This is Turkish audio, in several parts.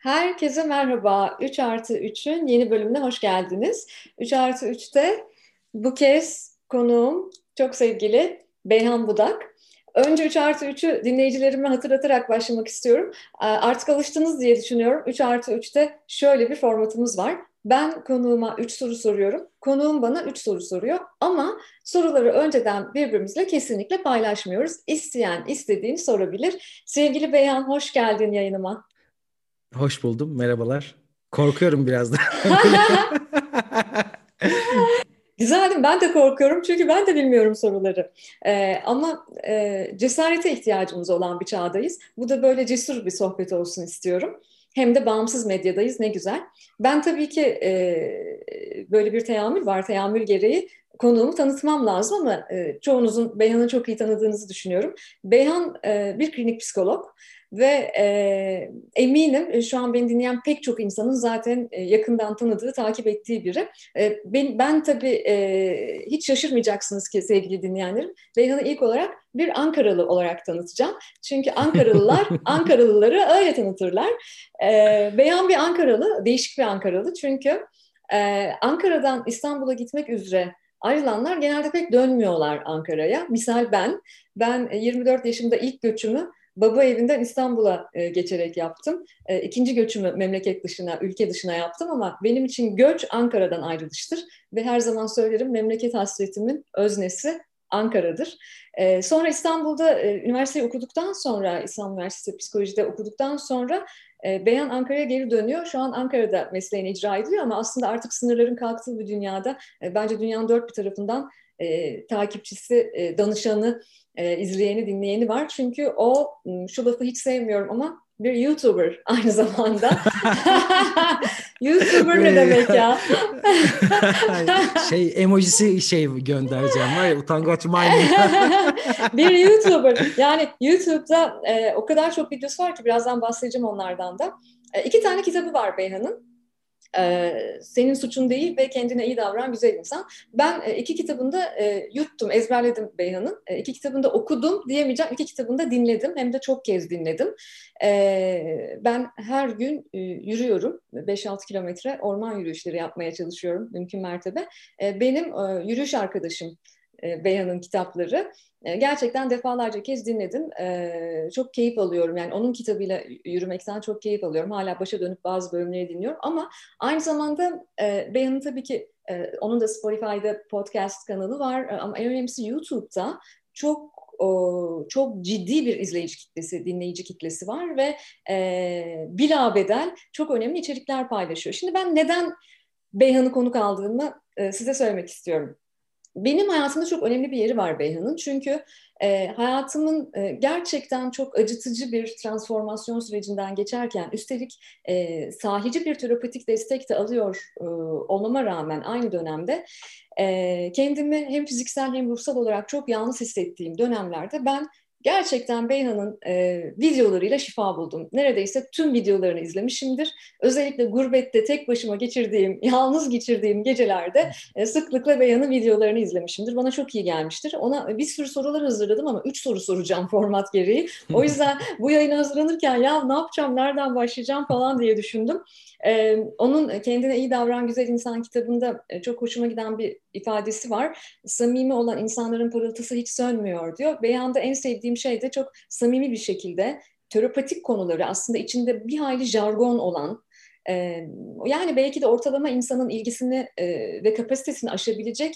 Herkese merhaba. 3 artı 3'ün yeni bölümüne hoş geldiniz. 3 artı 3'te bu kez konuğum çok sevgili Beyhan Budak. Önce 3 artı 3'ü dinleyicilerime hatırlatarak başlamak istiyorum. Artık alıştınız diye düşünüyorum. 3 artı 3'te şöyle bir formatımız var. Ben konuğuma 3 soru soruyorum. Konuğum bana 3 soru soruyor. Ama soruları önceden birbirimizle kesinlikle paylaşmıyoruz. İsteyen istediğini sorabilir. Sevgili Beyhan, hoş geldin yayınıma. Hoş buldum. Merhabalar. Korkuyorum biraz da böyle. Güzel değil mi? Ben de korkuyorum çünkü ben de bilmiyorum soruları. Ama cesarete ihtiyacımız olan bir çağdayız. Bu da böyle cesur bir sohbet olsun istiyorum. Hem de bağımsız medyadayız, ne güzel. Ben tabii ki böyle bir teamül var, teamül gereği konuğumu tanıtmam lazım ama çoğunuzun Beyhan'ı çok iyi tanıdığınızı düşünüyorum. Beyhan bir klinik psikolog ve eminim şu an beni dinleyen pek çok insanın zaten yakından tanıdığı, takip ettiği biri. Ben tabii hiç şaşırmayacaksınız ki sevgili dinleyenlerim. Beyhan'ı ilk olarak bir Ankaralı olarak tanıtacağım. Çünkü Ankaralılar Ankaralıları öyle tanıtırlar. Beyhan bir Ankaralı, değişik bir Ankaralı. Çünkü Ankara'dan İstanbul'a gitmek üzere ayrılanlar genelde pek dönmüyorlar Ankara'ya. Misal ben 24 yaşımda ilk göçümü baba evinden İstanbul'a geçerek yaptım. İkinci göçümü memleket dışına, ülke dışına yaptım ama benim için göç Ankara'dan ayrılıştır. Ve her zaman söylerim memleket hasretimin öznesi Ankara'dır. Sonra İstanbul'da üniversiteyi okuduktan sonra, İstanbul Üniversitesi Psikoloji'de okuduktan sonra Beyhan Ankara'ya geri dönüyor. Şu an Ankara'da mesleğini icra ediyor ama aslında artık sınırların kalktığı bir dünyada bence dünyanın dört bir tarafından takipçisi, danışanı, izleyeni, dinleyeni var. Çünkü o, şu lafı hiç sevmiyorum ama bir YouTuber aynı zamanda. YouTuber ne Böyle demek ya? emojisi göndereceğim var ya, utangaç maymun. Bir YouTuber. Yani YouTube'da o kadar çok videosu var ki birazdan bahsedeceğim onlardan da. İki tane kitabı var Beyhan'ın. Senin suçun değil ve kendine iyi davran güzel insan. Ben iki kitabını da yuttum, ezberledim Beyhan'ın. İki kitabını da okudum diyemeyeceğim. İki kitabını da dinledim. Hem de çok kez dinledim. Ben her gün yürüyorum. 5-6 kilometre orman yürüyüşleri yapmaya çalışıyorum mümkün mertebe. Benim yürüyüş arkadaşım Beyhan'ın kitapları. Gerçekten defalarca kez dinledim. Çok keyif alıyorum. Yani onun kitabıyla yürümekten çok keyif alıyorum. Hala başa dönüp bazı bölümleri dinliyorum. Ama aynı zamanda Beyhan'ın tabii ki onun da Spotify'da podcast kanalı var. Ama en önemlisi YouTube'da çok ciddi bir izleyici kitlesi, dinleyici kitlesi var ve bilabedel çok önemli içerikler paylaşıyor. Şimdi ben neden Beyhan'ı konuk aldığımı size söylemek istiyorum. Benim hayatımda çok önemli bir yeri var Beyhan'ın. Çünkü hayatımın gerçekten çok acıtıcı bir transformasyon sürecinden geçerken, üstelik sahici bir terapetik destek de alıyor olmama rağmen aynı dönemde kendimi hem fiziksel hem ruhsal olarak çok yalnız hissettiğim dönemlerde ben gerçekten Beyhan'ın videolarıyla şifa buldum. Neredeyse tüm videolarını izlemişimdir. Özellikle gurbette tek başıma geçirdiğim, yalnız geçirdiğim gecelerde sıklıkla Beyhan'ın videolarını izlemişimdir. Bana çok iyi gelmiştir. Ona bir sürü sorular hazırladım ama 3 soru soracağım format gereği. O yüzden bu yayına hazırlanırken ya ne yapacağım, nereden başlayacağım falan diye düşündüm. Onun Kendine iyi davran güzel insan kitabında çok hoşuma giden bir ifadesi var. Samimi olan insanların parıltısı hiç sönmüyor diyor. Beyhan'da en sevdiğim şey de çok samimi bir şekilde terapatik konuları aslında içinde bir hayli jargon olan, e, yani belki de ortalama insanın ilgisini ve kapasitesini aşabilecek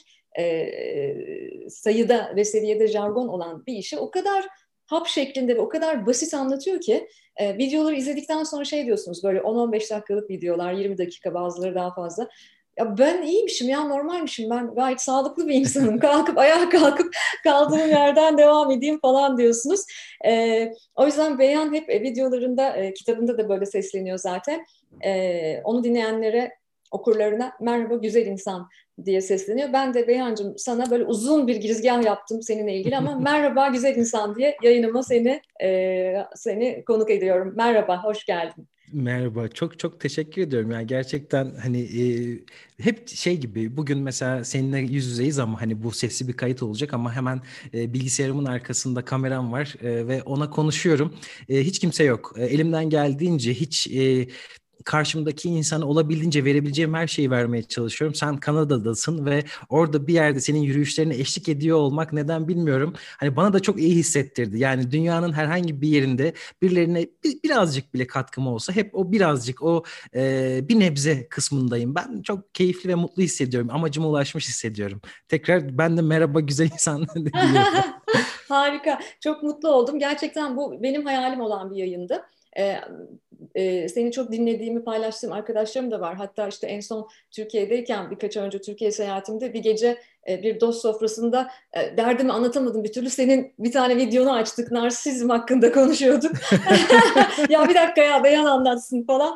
sayıda ve seviyede jargon olan bir işi o kadar hap şeklinde ve o kadar basit anlatıyor ki videoları izledikten sonra şey diyorsunuz, böyle 10-15 dakikalık videolar, 20 dakika, bazıları daha fazla. Ya ben iyiymişim ya, normalmişim, ben gayet sağlıklı bir insanım. Kalkıp ayağa kalkıp kaldığım yerden devam edeyim falan diyorsunuz. O yüzden Beyhan hep videolarında, kitabında da böyle sesleniyor zaten. Onu dinleyenlere, okurlarına merhaba güzel insan diye sesleniyor. Ben de Beyhancığım sana böyle uzun bir girizgah yaptım seninle ilgili ama merhaba güzel insan diye yayınıma seni konuk ediyorum. Merhaba, hoş geldin. Merhaba, çok çok teşekkür ediyorum. Yani gerçekten hani hep şey gibi bugün mesela seninle yüz yüzeyiz ama hani bu sesli bir kayıt olacak ama hemen bilgisayarımın arkasında kameram var ve ona konuşuyorum. Hiç kimse yok. Elimden geldiğince hiç karşımdaki insana olabildiğince verebileceğim her şeyi vermeye çalışıyorum. Sen Kanada'dasın ve orada bir yerde senin yürüyüşlerine eşlik ediyor olmak neden bilmiyorum. Hani bana da çok iyi hissettirdi. Yani dünyanın herhangi bir yerinde birilerine birazcık bile katkım olsa hep o birazcık o bir nebze kısmındayım. Ben çok keyifli ve mutlu hissediyorum. Amacıma ulaşmış hissediyorum. Tekrar ben de merhaba güzel insan diyorum. Harika. Çok mutlu oldum. Gerçekten bu benim hayalim olan bir yayındı. Ee, Seni çok dinlediğimi paylaştığım arkadaşlarım da var. Hatta işte en son Türkiye'deyken birkaç ay önce Türkiye seyahatimde bir gece bir dost sofrasında derdimi anlatamadım bir türlü. Senin bir tane videonu açtık. Narsizm hakkında konuşuyorduk. Ya bir dakika ya beyan anlatsın falan.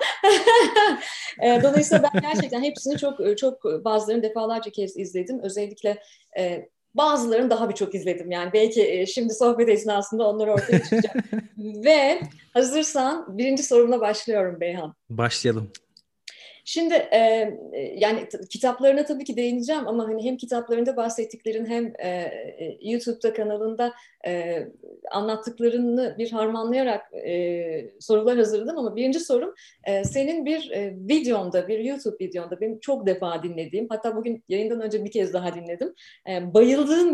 Dolayısıyla ben gerçekten hepsini çok bazılarını defalarca kez izledim. Özellikle bazılarını daha birçok izledim. Yani belki şimdi sohbet esnasında onlar ortaya çıkacak. Ve hazırsan birinci sorumla başlıyorum Beyhan. Başlayalım. Şimdi yani kitaplarına tabii ki değineceğim ama hani hem kitaplarında bahsettiklerin hem YouTube'da kanalında e, anlattıklarını bir harmanlayarak sorular hazırladım ama birinci sorum senin bir videonda, bir YouTube videonda benim çok defa dinlediğim, hatta bugün yayından önce bir kez daha dinledim. Bayıldığım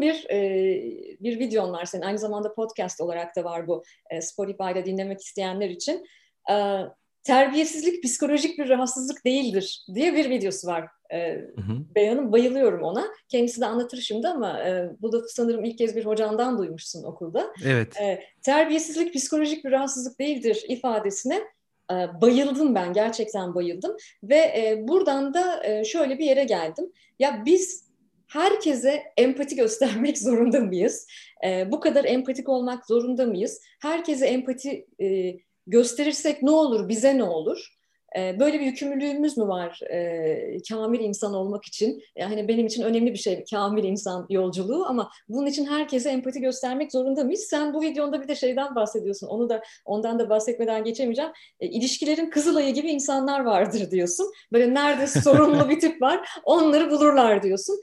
bir videon var senin. Aynı zamanda podcast olarak da var bu Spotify'da dinlemek isteyenler için. E, Terbiyesizlik psikolojik bir rahatsızlık değildir diye bir videosu var. Hı hı. Beyan'ın bayılıyorum ona. Kendisi de anlatır şimdi ama bu da sanırım ilk kez bir hocandan duymuşsun okulda. Evet. Terbiyesizlik psikolojik bir rahatsızlık değildir ifadesine bayıldım ben. Gerçekten bayıldım. Ve buradan da şöyle bir yere geldim. Ya biz herkese empati göstermek zorunda mıyız? Bu kadar empatik olmak zorunda mıyız? Herkese empati gösterirsek ne olur, bize ne olur? Böyle bir yükümlülüğümüz mü var kamil insan olmak için? Hani benim için önemli bir şey kamil insan yolculuğu ama bunun için herkese empati göstermek zorunda mıyız? Sen bu videonda bir de şeyden bahsediyorsun. Ondan da bahsetmeden geçemeyeceğim. İlişkilerin Kızılay'ı gibi insanlar vardır diyorsun. Böyle nerede sorumlu bir tip var, onları bulurlar diyorsun.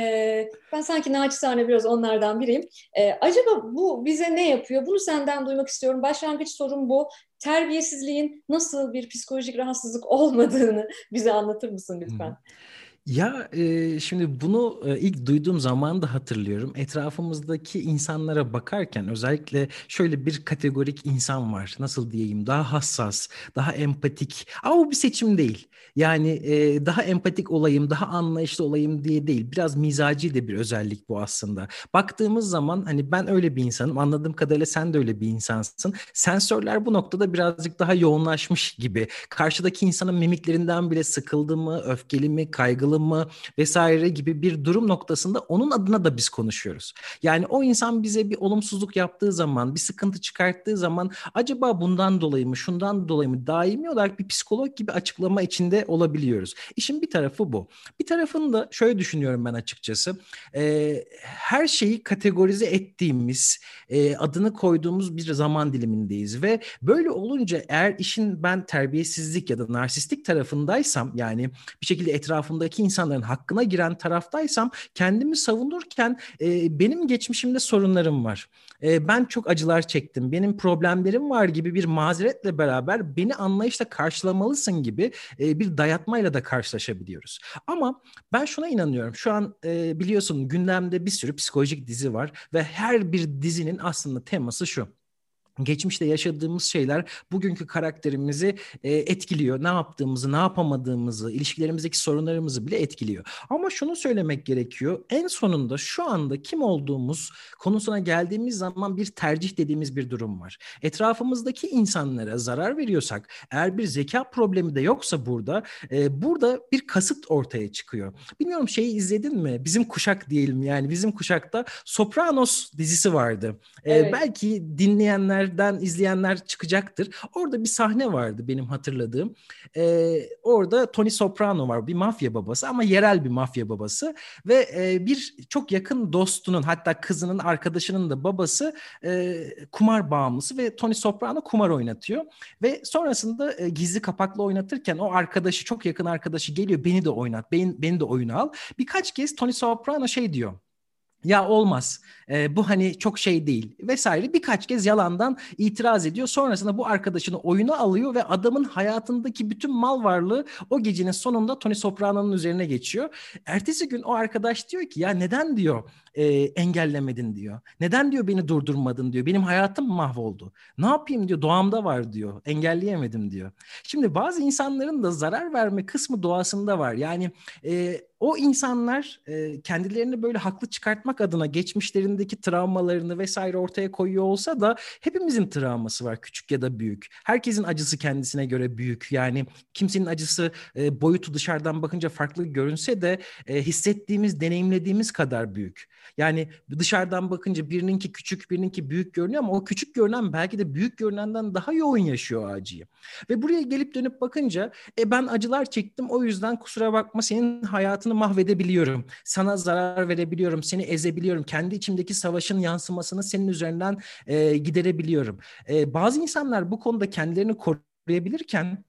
Ben sanki naçizane biraz onlardan biriyim. Acaba bu bize ne yapıyor? Bunu senden duymak istiyorum. Başlangıç sorum bu. Terbiyesizliğin nasıl bir psikolojik rahatsızlık olmadığını bize anlatır mısın Hı hı. lütfen? Ya şimdi bunu ilk duyduğum zaman da hatırlıyorum. Etrafımızdaki insanlara bakarken özellikle şöyle bir kategorik insan var. Nasıl diyeyim? Daha hassas, daha empatik. Ama bu bir seçim değil. Yani daha empatik olayım, daha anlayışlı olayım diye değil. Biraz mizaci de bir özellik bu aslında. Baktığımız zaman hani ben öyle bir insanım. Anladığım kadarıyla sen de öyle bir insansın. Sensörler bu noktada birazcık daha yoğunlaşmış gibi. Karşıdaki insanın mimiklerinden bile sıkıldı mı, öfkeli mi, kaygılı mı vesaire gibi bir durum noktasında onun adına da biz konuşuyoruz. Yani o insan bize bir olumsuzluk yaptığı zaman, bir sıkıntı çıkarttığı zaman acaba bundan dolayı mı, şundan dolayı mı daimi olarak bir psikolog gibi açıklama içinde olabiliyoruz. İşin bir tarafı bu. Bir tarafını da şöyle düşünüyorum ben açıkçası. Her şeyi kategorize ettiğimiz, adını koyduğumuz bir zaman dilimindeyiz ve böyle olunca eğer işin ben terbiyesizlik ya da narsistik tarafındaysam yani bir şekilde etrafımdaki insanların hakkına giren taraftaysam kendimi savunurken benim geçmişimde sorunlarım var. Ben çok acılar çektim. Benim problemlerim var gibi bir mazeretle beraber beni anlayışla karşılamalısın gibi bir dayatmayla da karşılaşabiliyoruz. Ama ben şuna inanıyorum. Şu an biliyorsun gündemde bir sürü psikolojik dizi var ve her bir dizinin aslında teması şu: geçmişte yaşadığımız şeyler bugünkü karakterimizi etkiliyor. Ne yaptığımızı, ne yapamadığımızı, ilişkilerimizdeki sorunlarımızı bile etkiliyor. Ama şunu söylemek gerekiyor. En sonunda şu anda kim olduğumuz konusuna geldiğimiz zaman bir tercih dediğimiz bir durum var. Etrafımızdaki insanlara zarar veriyorsak, eğer bir zeka problemi de yoksa burada bir kasıt ortaya çıkıyor. Bilmiyorum şeyi izledin mi? Bizim kuşak diyelim yani bizim kuşakta Sopranos dizisi vardı. Evet. Belki dinleyenler filmlerden izleyenler çıkacaktır. Orada bir sahne vardı benim hatırladığım. Orada Tony Soprano var, bir mafya babası ama yerel bir mafya babası ve bir çok yakın dostunun, hatta kızının arkadaşının da babası kumar bağımlısı ve Tony Soprano kumar oynatıyor ve sonrasında gizli kapaklı oynatırken o arkadaşı, çok yakın arkadaşı geliyor, beni de oynat, beni de oyuna al. Birkaç kez Tony Soprano şey diyor. Ya olmaz. Bu hani çok şey değil vesaire. Birkaç kez yalandan itiraz ediyor. Sonrasında bu arkadaşını oyuna alıyor ve adamın hayatındaki bütün mal varlığı o gecenin sonunda Tony Soprano'nun üzerine geçiyor. Ertesi gün o arkadaş diyor ki ya neden diyor engellemedin diyor. Neden diyor beni durdurmadın diyor. Benim hayatım mahvoldu. Ne yapayım diyor, doğamda var diyor. Engelleyemedim diyor. Şimdi bazı insanların da zarar verme kısmı doğasında var. Yani o insanlar kendilerini böyle haklı çıkartmak adına geçmişlerindeki travmalarını vesaire ortaya koyuyor olsa da hepimizin travması var, küçük ya da büyük. Herkesin acısı kendisine göre büyük. Yani kimsenin acısı boyutu dışarıdan bakınca farklı görünse de hissettiğimiz, deneyimlediğimiz kadar büyük. Yani dışarıdan bakınca birininki küçük, birininki büyük görünüyor ama o küçük görünen belki de büyük görünenden daha yoğun yaşıyor o acıyı. Ve buraya gelip dönüp bakınca ben acılar çektim, o yüzden kusura bakma senin hayatını mahvedebiliyorum. Sana zarar verebiliyorum, seni ezebiliyorum. Kendi içimdeki savaşın yansımasını senin üzerinden giderebiliyorum. Bazı insanlar bu konuda kendilerini koruyabilirken,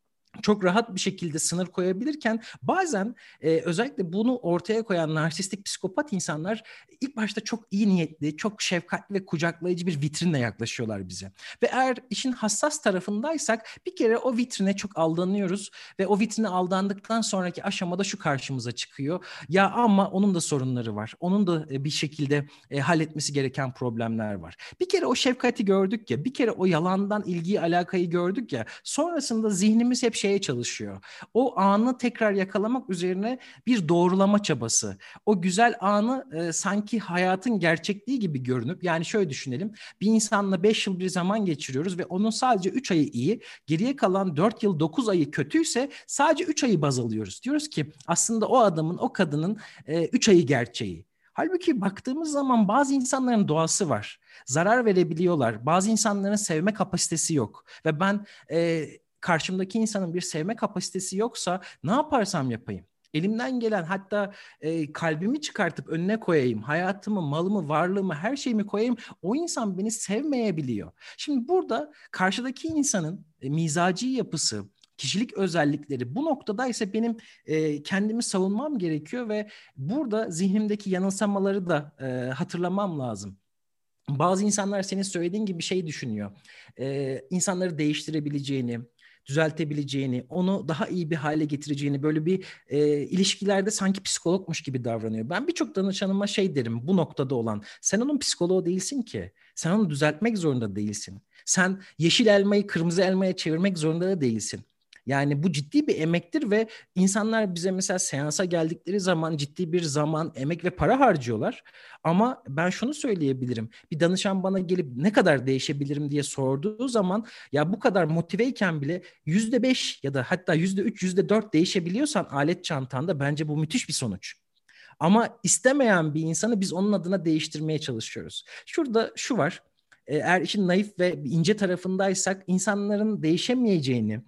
çok rahat bir şekilde sınır koyabilirken bazen özellikle bunu ortaya koyan narsistik psikopat insanlar ilk başta çok iyi niyetli, çok şefkatli ve kucaklayıcı bir vitrinle yaklaşıyorlar bize. Ve eğer işin hassas tarafındaysak bir kere o vitrine çok aldanıyoruz ve o vitrine aldandıktan sonraki aşamada şu karşımıza çıkıyor. Ya ama onun da sorunları var. Onun da bir şekilde halletmesi gereken problemler var. Bir kere o şefkati gördük ya, bir kere o yalandan ilgiyi, alakayı gördük ya, sonrasında zihnimiz hep şeye çalışıyor. O anı tekrar yakalamak üzerine bir doğrulama çabası. O güzel anı sanki hayatın gerçekliği gibi görünüp, yani şöyle düşünelim. Bir insanla 5 yıl bir zaman geçiriyoruz ve onun sadece 3 ayı iyi, geriye kalan 4 yıl 9 ayı kötüyse sadece 3 ayı baz alıyoruz. Diyoruz ki aslında o adamın, o kadının 3 ayı gerçeği. Halbuki baktığımız zaman bazı insanların doğası var. Zarar verebiliyorlar. Bazı insanların sevme kapasitesi yok. Ve ben karşımdaki insanın bir sevme kapasitesi yoksa ne yaparsam yapayım, elimden gelen, hatta kalbimi çıkartıp önüne koyayım, hayatımı, malımı, varlığımı, her şeyimi koyayım, o insan beni sevmeyebiliyor. Şimdi burada karşıdaki insanın mizaci yapısı, kişilik özellikleri bu noktada ise benim kendimi savunmam gerekiyor ve burada zihnimdeki yanılsamaları da hatırlamam lazım. Bazı insanlar senin söylediğin gibi bir şey düşünüyor. İnsanları değiştirebileceğini, düzeltebileceğini, onu daha iyi bir hale getireceğini, böyle bir ilişkilerde sanki psikologmuş gibi davranıyor. Ben birçok danışanıma şey derim bu noktada olan: sen onun psikoloğu değilsin ki. Sen onu düzeltmek zorunda değilsin. Sen yeşil elmayı kırmızı elmaya çevirmek zorunda da değilsin. Yani bu ciddi bir emektir ve insanlar bize mesela seansa geldikleri zaman ciddi bir zaman, emek ve para harcıyorlar. Ama ben şunu söyleyebilirim. Bir danışan bana gelip ne kadar değişebilirim diye sorduğu zaman, ya bu kadar motiveyken bile %5 ya da hatta %3, %4 değişebiliyorsan alet çantanda, bence bu müthiş bir sonuç. Ama istemeyen bir insanı biz onun adına değiştirmeye çalışıyoruz. Şurada şu var. Eğer işin naif ve ince tarafındaysak, insanların değişemeyeceğini,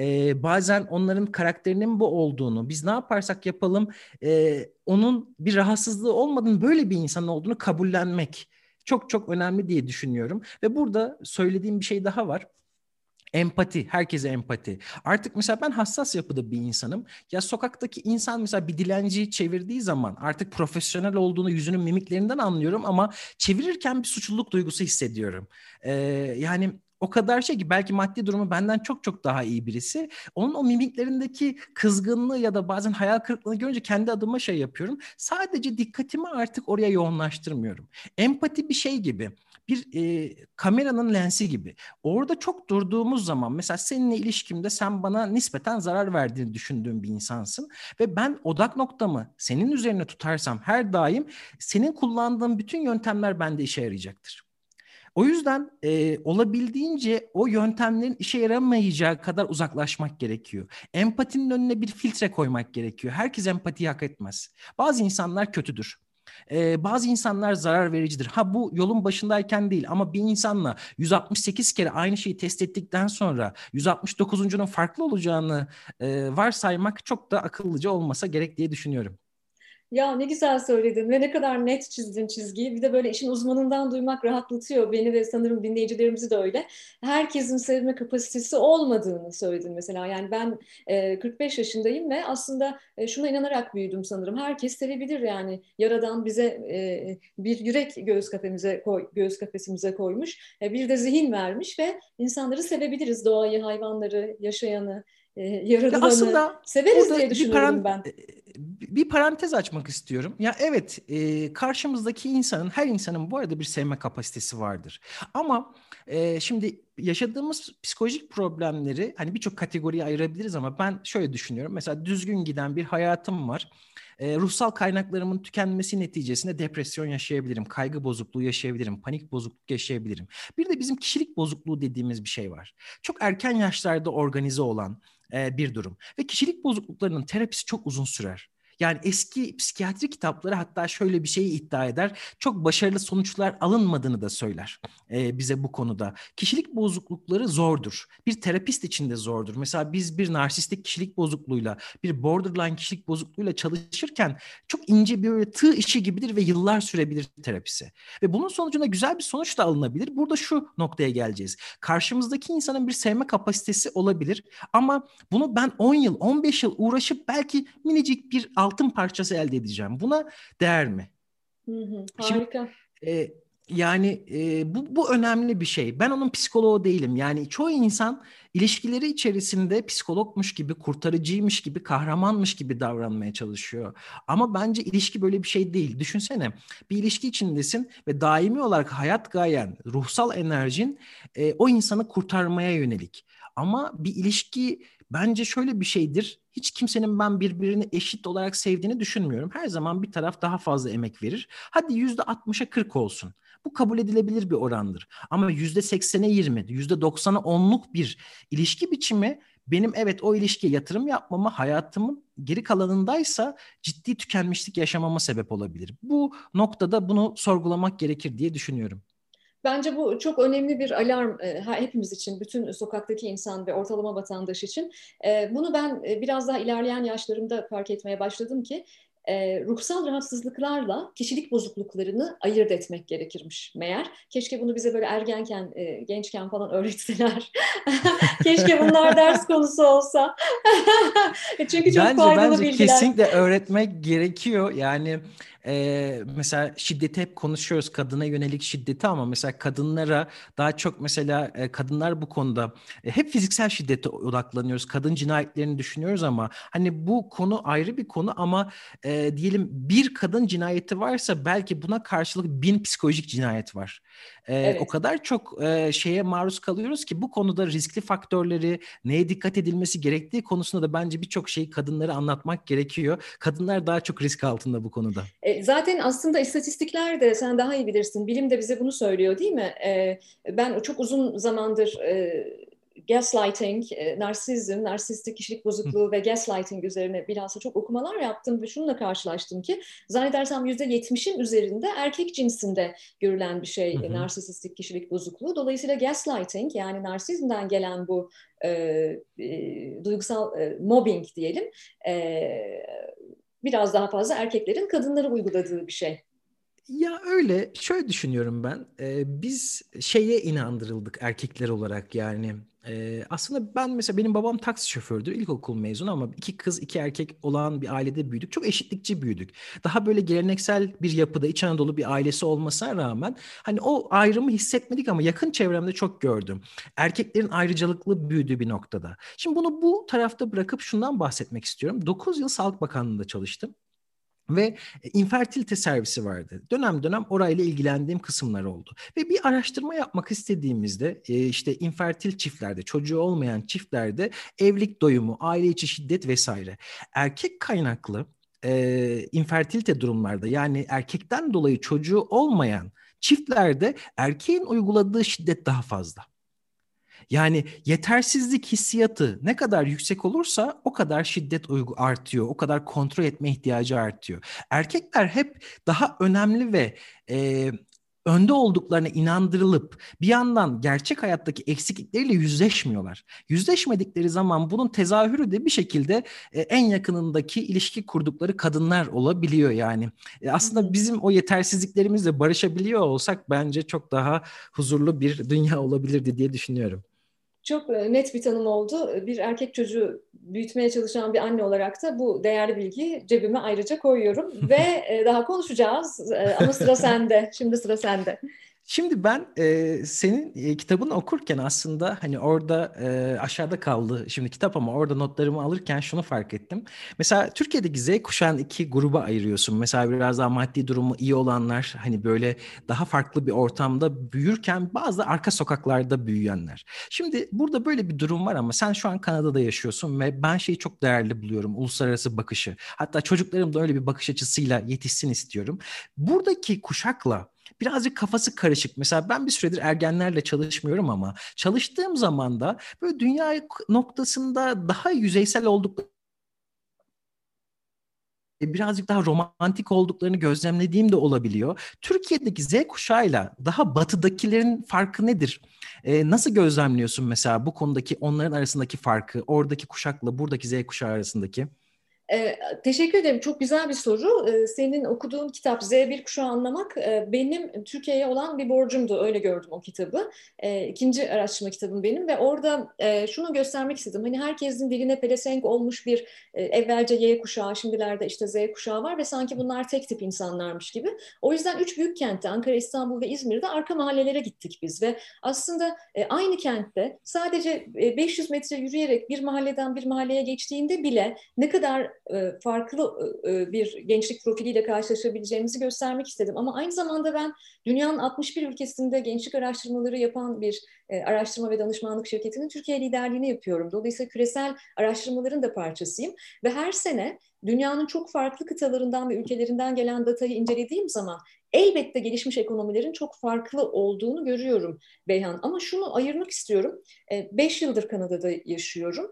bazen onların karakterinin bu olduğunu, biz ne yaparsak yapalım onun bir rahatsızlığı olmadığını, böyle bir insan olduğunu kabullenmek çok çok önemli diye düşünüyorum. Ve burada söylediğim bir şey daha var. Empati, herkese empati. Artık mesela ben hassas yapıda bir insanım. Ya sokaktaki insan mesela bir dilenciyi çevirdiği zaman artık profesyonel olduğunu yüzünün mimiklerinden anlıyorum ama çevirirken bir suçluluk duygusu hissediyorum. Yani o kadar şey ki, belki maddi durumu benden çok çok daha iyi birisi. Onun o mimiklerindeki kızgınlığı ya da bazen hayal kırıklığını görünce kendi adıma şey yapıyorum. Sadece dikkatimi artık oraya yoğunlaştırmıyorum. Empati bir şey gibi. Bir kameranın lensi gibi. Orada çok durduğumuz zaman, mesela seninle ilişkimde sen bana nispeten zarar verdiğini düşündüğüm bir insansın ve ben odak noktamı senin üzerine tutarsam her daim, senin kullandığın bütün yöntemler bende işe yarayacaktır. O yüzden olabildiğince o yöntemlerin işe yaramayacağı kadar uzaklaşmak gerekiyor. Empatinin önüne bir filtre koymak gerekiyor. Herkes empatiyi hak etmez. Bazı insanlar kötüdür. Bazı insanlar zarar vericidir. Ha, bu yolun başındayken değil ama bir insanla 168 kere aynı şeyi test ettikten sonra 169'uncunun farklı olacağını varsaymak çok da akıllıca olmasa gerek diye düşünüyorum. Ya ne güzel söyledin ve ne kadar net çizdin çizgiyi. Bir de böyle işin uzmanından duymak rahatlatıyor beni ve sanırım dinleyicilerimizi de öyle. Herkesin sevme kapasitesi olmadığını söyledin mesela. Yani ben 45 yaşındayım ve aslında şuna inanarak büyüdüm sanırım. Herkes sevebilir yani. Yaradan bize bir yürek göğüs kafesimize koymuş. Bir de zihin vermiş ve insanları sevebiliriz. Doğayı, hayvanları, yaşayanı, Ya yaradılanı aslında severiz burada diye düşünüyorum ben. bir parantez açmak istiyorum. Ya evet, karşımızdaki insanın, her insanın bu arada bir sevme kapasitesi vardır. Ama şimdi yaşadığımız psikolojik problemleri hani birçok kategoriye ayırabiliriz ama ben şöyle düşünüyorum. Mesela düzgün giden bir hayatım var. Ruhsal kaynaklarımın tükenmesi neticesinde depresyon yaşayabilirim, kaygı bozukluğu yaşayabilirim, panik bozukluk yaşayabilirim. Bir de bizim kişilik bozukluğu dediğimiz bir şey var. Çok erken yaşlarda organize olan bir durum. Ve kişilik bozukluklarının terapisi çok uzun sürer. Yani eski psikiyatri kitapları hatta şöyle bir şeyi iddia eder. Çok başarılı sonuçlar alınmadığını da söyler bize bu konuda. Kişilik bozuklukları zordur. Bir terapist için de zordur. Mesela biz bir narsistik kişilik bozukluğuyla, bir borderline kişilik bozukluğuyla çalışırken çok ince bir böyle tığ işi gibidir ve yıllar sürebilir terapisi. Ve bunun sonucunda güzel bir sonuç da alınabilir. Burada şu noktaya geleceğiz. Karşımızdaki insanın bir sevme kapasitesi olabilir ama bunu ben 10 yıl, 15 yıl uğraşıp belki minicik bir altın parçası elde edeceğim. Buna değer mi? Hı hı, Şimdi harika. e, yani bu önemli bir şey. Ben onun psikoloğu değilim. Yani çoğu insan ilişkileri içerisinde psikologmuş gibi, kurtarıcıymış gibi, kahramanmış gibi davranmaya çalışıyor. Ama bence ilişki böyle bir şey değil. Düşünsene, bir ilişki içindesin ve daimi olarak hayat gayen, ruhsal enerjin o insanı kurtarmaya yönelik. Ama bir ilişki bence şöyle bir şeydir. Hiç kimsenin ben birbirini eşit olarak sevdiğini düşünmüyorum. Her zaman bir taraf daha fazla emek verir. Hadi %60'a 40 olsun. Bu kabul edilebilir bir orandır. Ama %80'e 20, %90'a 10'luk bir ilişki biçimi benim evet o ilişkiye yatırım yapmama, hayatımın geri kalanındaysa ciddi tükenmişlik yaşamama sebep olabilir. Bu noktada bunu sorgulamak gerekir diye düşünüyorum. Bence bu çok önemli bir alarm hepimiz için, bütün sokaktaki insan ve ortalama vatandaş için. Bunu ben biraz daha ilerleyen yaşlarımda fark etmeye başladım ki ruhsal rahatsızlıklarla kişilik bozukluklarını ayırt etmek gerekirmiş meğer. Keşke bunu bize böyle ergenken, gençken falan öğretseler. Keşke bunlar ders konusu olsa. Çünkü çok faydalı Bence bilgiler. kesinlikle öğretmek gerekiyor. Yani mesela şiddeti hep konuşuyoruz, kadına yönelik şiddeti ama mesela kadınlara daha çok mesela kadınlar bu konuda hep fiziksel şiddete odaklanıyoruz. Kadın cinayetlerini düşünüyoruz ama hani bu konu ayrı bir konu ama diyelim bir kadın cinayeti varsa belki buna karşılık 1000 psikolojik cinayet var. O Evet. kadar çok şeye maruz kalıyoruz ki bu konuda riskli faktörleri, neye dikkat edilmesi gerektiği konusunda da bence birçok şeyi kadınlara anlatmak gerekiyor. Kadınlar daha çok risk altında bu konuda. Zaten aslında istatistikler de sen daha iyi bilirsin. Bilim de bize bunu söylüyor değil mi? Ben çok uzun zamandır gaslighting, narsizm, narsistik kişilik bozukluğu ve gaslighting üzerine bilhassa çok okumalar yaptım ve şununla karşılaştım ki zannedersem %70'in üzerinde erkek cinsinde görülen bir Hı şey hı. narsistik kişilik bozukluğu. Dolayısıyla gaslighting yani narsizmden gelen bu duygusal mobbing diyelim biraz daha fazla erkeklerin kadınlara uyguladığı bir şey. Ya öyle şöyle düşünüyorum ben. Biz şeye inandırıldık erkekler olarak yani. Aslında ben mesela benim babam taksi şofördü. İlkokul mezunu ama iki kız iki erkek olan bir ailede büyüdük. Çok eşitlikçi büyüdük. Daha böyle geleneksel bir yapıda İç Anadolu bir ailesi olmasına rağmen hani o ayrımı hissetmedik ama yakın çevremde çok gördüm. Erkeklerin ayrıcalıklı büyüdüğü bir noktada. Şimdi bunu bu tarafta bırakıp şundan bahsetmek istiyorum. 9 yıl Sağlık Bakanlığı'nda çalıştım. Ve infertilite servisi vardı. Dönem dönem orayla ilgilendiğim kısımlar oldu. Ve bir araştırma yapmak istediğimizde işte infertil çiftlerde, çocuğu olmayan çiftlerde evlilik doyumu, aile içi şiddet vesaire. Erkek kaynaklı infertilite durumlarda yani erkekten dolayı çocuğu olmayan çiftlerde erkeğin uyguladığı şiddet daha fazla. Yani yetersizlik hissiyatı ne kadar yüksek olursa o kadar şiddet artıyor, o kadar kontrol etme ihtiyacı artıyor. Erkekler hep daha önemli ve e, önde olduklarına inandırılıp bir yandan gerçek hayattaki eksiklikleriyle yüzleşmiyorlar. Yüzleşmedikleri zaman bunun tezahürü de bir şekilde en yakınındaki ilişki kurdukları kadınlar olabiliyor yani. Hı Aslında hı. bizim o yetersizliklerimizle barışabiliyor olsak bence çok daha huzurlu bir dünya olabilirdi diye düşünüyorum. Çok net bir tanım oldu. Bir erkek çocuğu büyütmeye çalışan bir anne olarak da bu değerli bilgiyi cebime ayrıca koyuyorum ve daha konuşacağız. Ama sıra sende. Şimdi sıra sende. Şimdi ben senin kitabını okurken aslında hani orada aşağıda kaldı şimdi kitap ama orada notlarımı alırken şunu fark ettim. Mesela Türkiye'deki Z kuşağını iki gruba ayırıyorsun. Mesela biraz daha maddi durumu iyi olanlar hani böyle daha farklı bir ortamda büyürken bazı arka sokaklarda büyüyenler. Şimdi burada böyle bir durum var ama sen şu an Kanada'da yaşıyorsun ve ben şeyi çok değerli buluyorum. Uluslararası bakışı. Hatta çocuklarım da öyle bir bakış açısıyla yetişsin istiyorum. Buradaki kuşakla birazcık kafası karışık. Mesela ben bir süredir ergenlerle çalışmıyorum ama çalıştığım zaman da böyle dünya noktasında daha yüzeysel oldukları, birazcık daha romantik olduklarını gözlemlediğim de olabiliyor. Türkiye'deki Z kuşağıyla daha batıdakilerin farkı nedir? Nasıl gözlemliyorsun mesela bu konudaki onların arasındaki farkı, oradaki kuşakla buradaki Z kuşağı arasındaki? Teşekkür ederim. Çok güzel bir soru. Senin okuduğun kitap Z1 kuşağı anlamak benim Türkiye'ye olan bir borcumdu. Öyle gördüm o kitabı. İkinci araştırma kitabım benim ve orada şunu göstermek istedim. Hani herkesin diline pelesenk olmuş bir evvelce Y kuşağı, şimdilerde işte Z kuşağı var ve sanki bunlar tek tip insanlarmış gibi. O yüzden üç büyük kentte Ankara, İstanbul ve İzmir'de arka mahallelere gittik biz ve aslında aynı kentte sadece 500 metre yürüyerek bir mahalleden bir mahalleye geçtiğinde bile ne kadar farklı bir gençlik profiliyle karşılaşabileceğimizi göstermek istedim. Ama aynı zamanda ben dünyanın 61 ülkesinde gençlik araştırmaları yapan bir araştırma ve danışmanlık şirketinin Türkiye liderliğini yapıyorum. Dolayısıyla küresel araştırmaların da parçasıyım ve her sene dünyanın çok farklı kıtalarından ve ülkelerinden gelen datayı incelediğim zaman elbette gelişmiş ekonomilerin çok farklı olduğunu görüyorum Beyhan. Ama şunu ayırmak istiyorum. 5 yıldır Kanada'da yaşıyorum.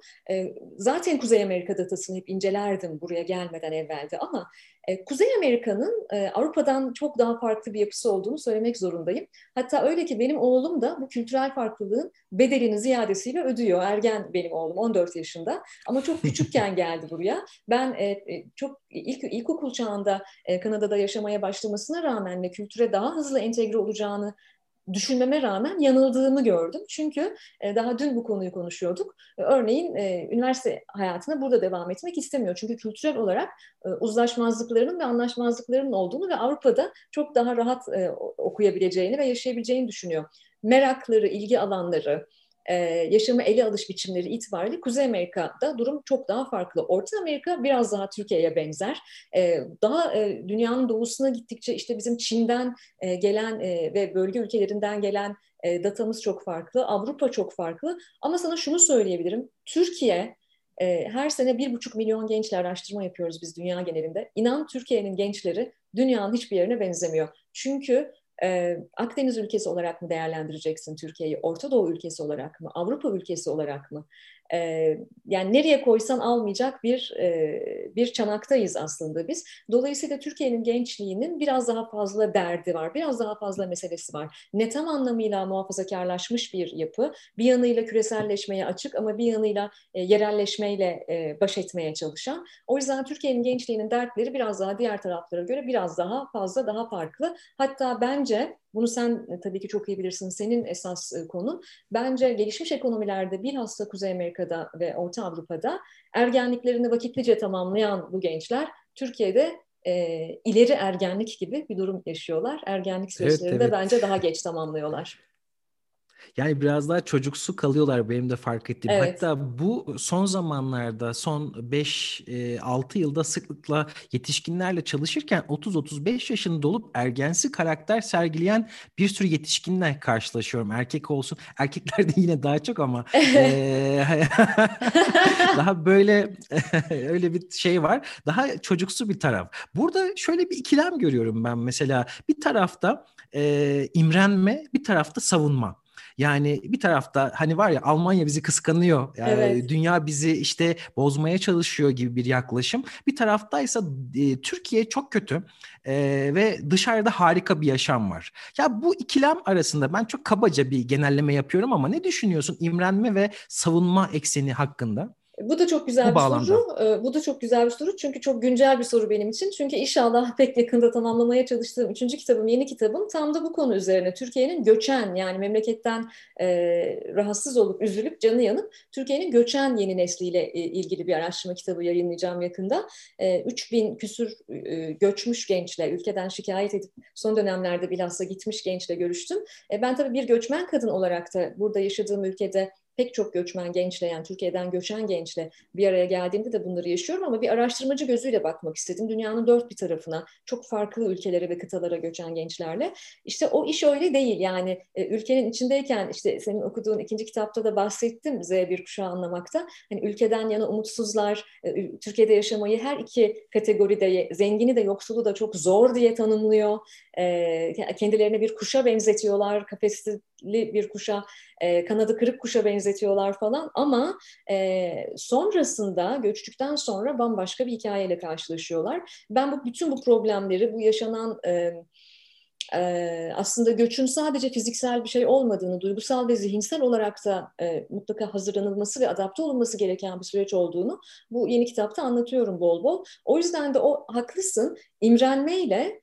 Zaten Kuzey Amerika datasını hep incelerdim buraya gelmeden evvelde ama Kuzey Amerika'nın Avrupa'dan çok daha farklı bir yapısı olduğunu söylemek zorundayım. Hatta öyle ki benim oğlum da bu kültürel farklılığın bedelini ziyadesiyle ödüyor. Ergen benim oğlum 14 yaşında ama çok küçükken geldi buraya. Ben çok ilkokul çağında Kanada'da yaşamaya başlamasına rağmen ve kültüre daha hızlı entegre olacağını düşünmeme rağmen yanıldığımı gördüm. Çünkü daha dün bu konuyu konuşuyorduk. Örneğin üniversite hayatına burada devam etmek istemiyor. Çünkü kültürel olarak uzlaşmazlıklarının ve anlaşmazlıklarının olduğunu ve Avrupa'da çok daha rahat okuyabileceğini ve yaşayabileceğini düşünüyor. Merakları, ilgi alanları, yaşamı ele alış biçimleri itibariyle Kuzey Amerika'da durum çok daha farklı. Orta Amerika biraz daha Türkiye'ye benzer. Daha dünyanın doğusuna gittikçe işte bizim Çin'den gelen ve bölge ülkelerinden gelen datamız çok farklı. Avrupa çok farklı. Ama sana şunu söyleyebilirim. Türkiye her sene 1,5 milyon gençle araştırma yapıyoruz biz dünya genelinde. İnan Türkiye'nin gençleri dünyanın hiçbir yerine benzemiyor. Çünkü Akdeniz ülkesi olarak mı değerlendireceksin Türkiye'yi? Orta Doğu ülkesi olarak mı? Avrupa ülkesi olarak mı? E, Yani nereye koysan almayacak bir çanaktayız aslında biz. Dolayısıyla Türkiye'nin gençliğinin biraz daha fazla derdi var, biraz daha fazla meselesi var. Ne tam anlamıyla muhafazakarlaşmış bir yapı, bir yanıyla küreselleşmeye açık ama bir yanıyla yerelleşmeyle baş etmeye çalışan. O yüzden Türkiye'nin gençliğinin dertleri biraz daha diğer taraflara göre biraz daha fazla, daha farklı. Hatta bence bunu sen tabii ki çok iyi bilirsin. Senin esas konu. Bence gelişmiş ekonomilerde bilhassa Kuzey Amerika'da ve Orta Avrupa'da ergenliklerini vakitlice tamamlayan bu gençler Türkiye'de ileri ergenlik gibi bir durum yaşıyorlar. Ergenlik Evet, süreçlerini de bence evet. daha geç tamamlıyorlar. Yani biraz daha çocuksu kalıyorlar benim de fark ettiğim. Evet. Hatta bu son zamanlarda son 5-6 yılda sıklıkla yetişkinlerle çalışırken 30-35 yaşında olup ergensi karakter sergileyen bir sürü yetişkinle karşılaşıyorum. Erkek olsun. Erkeklerde yine daha çok ama daha böyle öyle bir şey var. Daha çocuksu bir taraf. Burada şöyle bir ikilem görüyorum ben mesela. Bir tarafta imrenme, bir tarafta savunma. Yani bir tarafta hani var ya, Almanya bizi kıskanıyor, Evet. dünya bizi işte bozmaya çalışıyor gibi bir yaklaşım. Bir taraftaysa Türkiye çok kötü ve dışarıda harika bir yaşam var. Ya bu ikilem arasında ben çok kabaca bir genelleme yapıyorum ama ne düşünüyorsun imrenme ve savunma ekseni hakkında Bu da çok güzel bu bir soru. bağlamda? Bu da çok güzel bir soru. Çünkü çok güncel bir soru benim için. Çünkü inşallah pek yakında tamamlamaya çalıştığım üçüncü kitabım, yeni kitabım tam da bu konu üzerine. Türkiye'nin göçen, yani memleketten rahatsız olup üzülüp canı yanıp Türkiye'nin göçen yeni nesliyle ilgili bir araştırma kitabı yayınlayacağım yakında. 3000 küsür göçmüş gençle, ülkeden şikayet edip son dönemlerde bilhassa gitmiş gençle görüştüm. Ben tabii bir göçmen kadın olarak da burada yaşadığım ülkede pek çok göçmen gençle, yani Türkiye'den göçen gençle bir araya geldiğimde de bunları yaşıyorum ama bir araştırmacı gözüyle bakmak istedim. Dünyanın dört bir tarafına, çok farklı ülkelere ve kıtalara göçen gençlerle. İşte o iş öyle değil. Yani ülkenin içindeyken, işte senin okuduğun ikinci kitapta da bahsettim Z1 kuşağı anlamakta. Hani ülkeden yana umutsuzlar, Türkiye'de yaşamayı her iki kategoride, zengini de yoksulu da çok zor diye tanımlıyor. Kendilerine bir kuşa benzetiyorlar, kafesli bir kuşa, kanadı kırık kuşa benzetiyorlar falan ama sonrasında, göçtükten sonra bambaşka bir hikayeyle karşılaşıyorlar. Ben bütün bu problemleri, bu yaşanan aslında göçün sadece fiziksel bir şey olmadığını, duygusal ve zihinsel olarak da mutlaka hazırlanılması ve adapte olunması gereken bir süreç olduğunu bu yeni kitapta anlatıyorum bol bol. O yüzden de o haklısın, imrenmeyle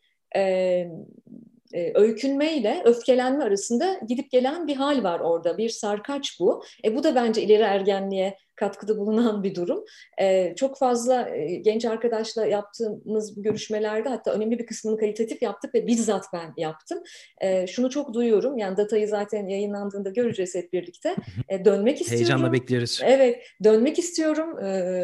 öykünmeyle öfkelenme arasında gidip gelen bir hal var orada. Bir sarkaç bu. Bu da bence ileri ergenliğe katkıda bulunan bir durum. Çok fazla genç arkadaşla yaptığımız bu görüşmelerde hatta önemli bir kısmını kalitatif yaptık ve bizzat ben yaptım. Şunu çok duyuyorum. Yani datayı zaten yayınlandığında göreceğiz hep birlikte. Dönmek Heyecanla istiyorum. bekliyoruz. Evet, dönmek istiyorum.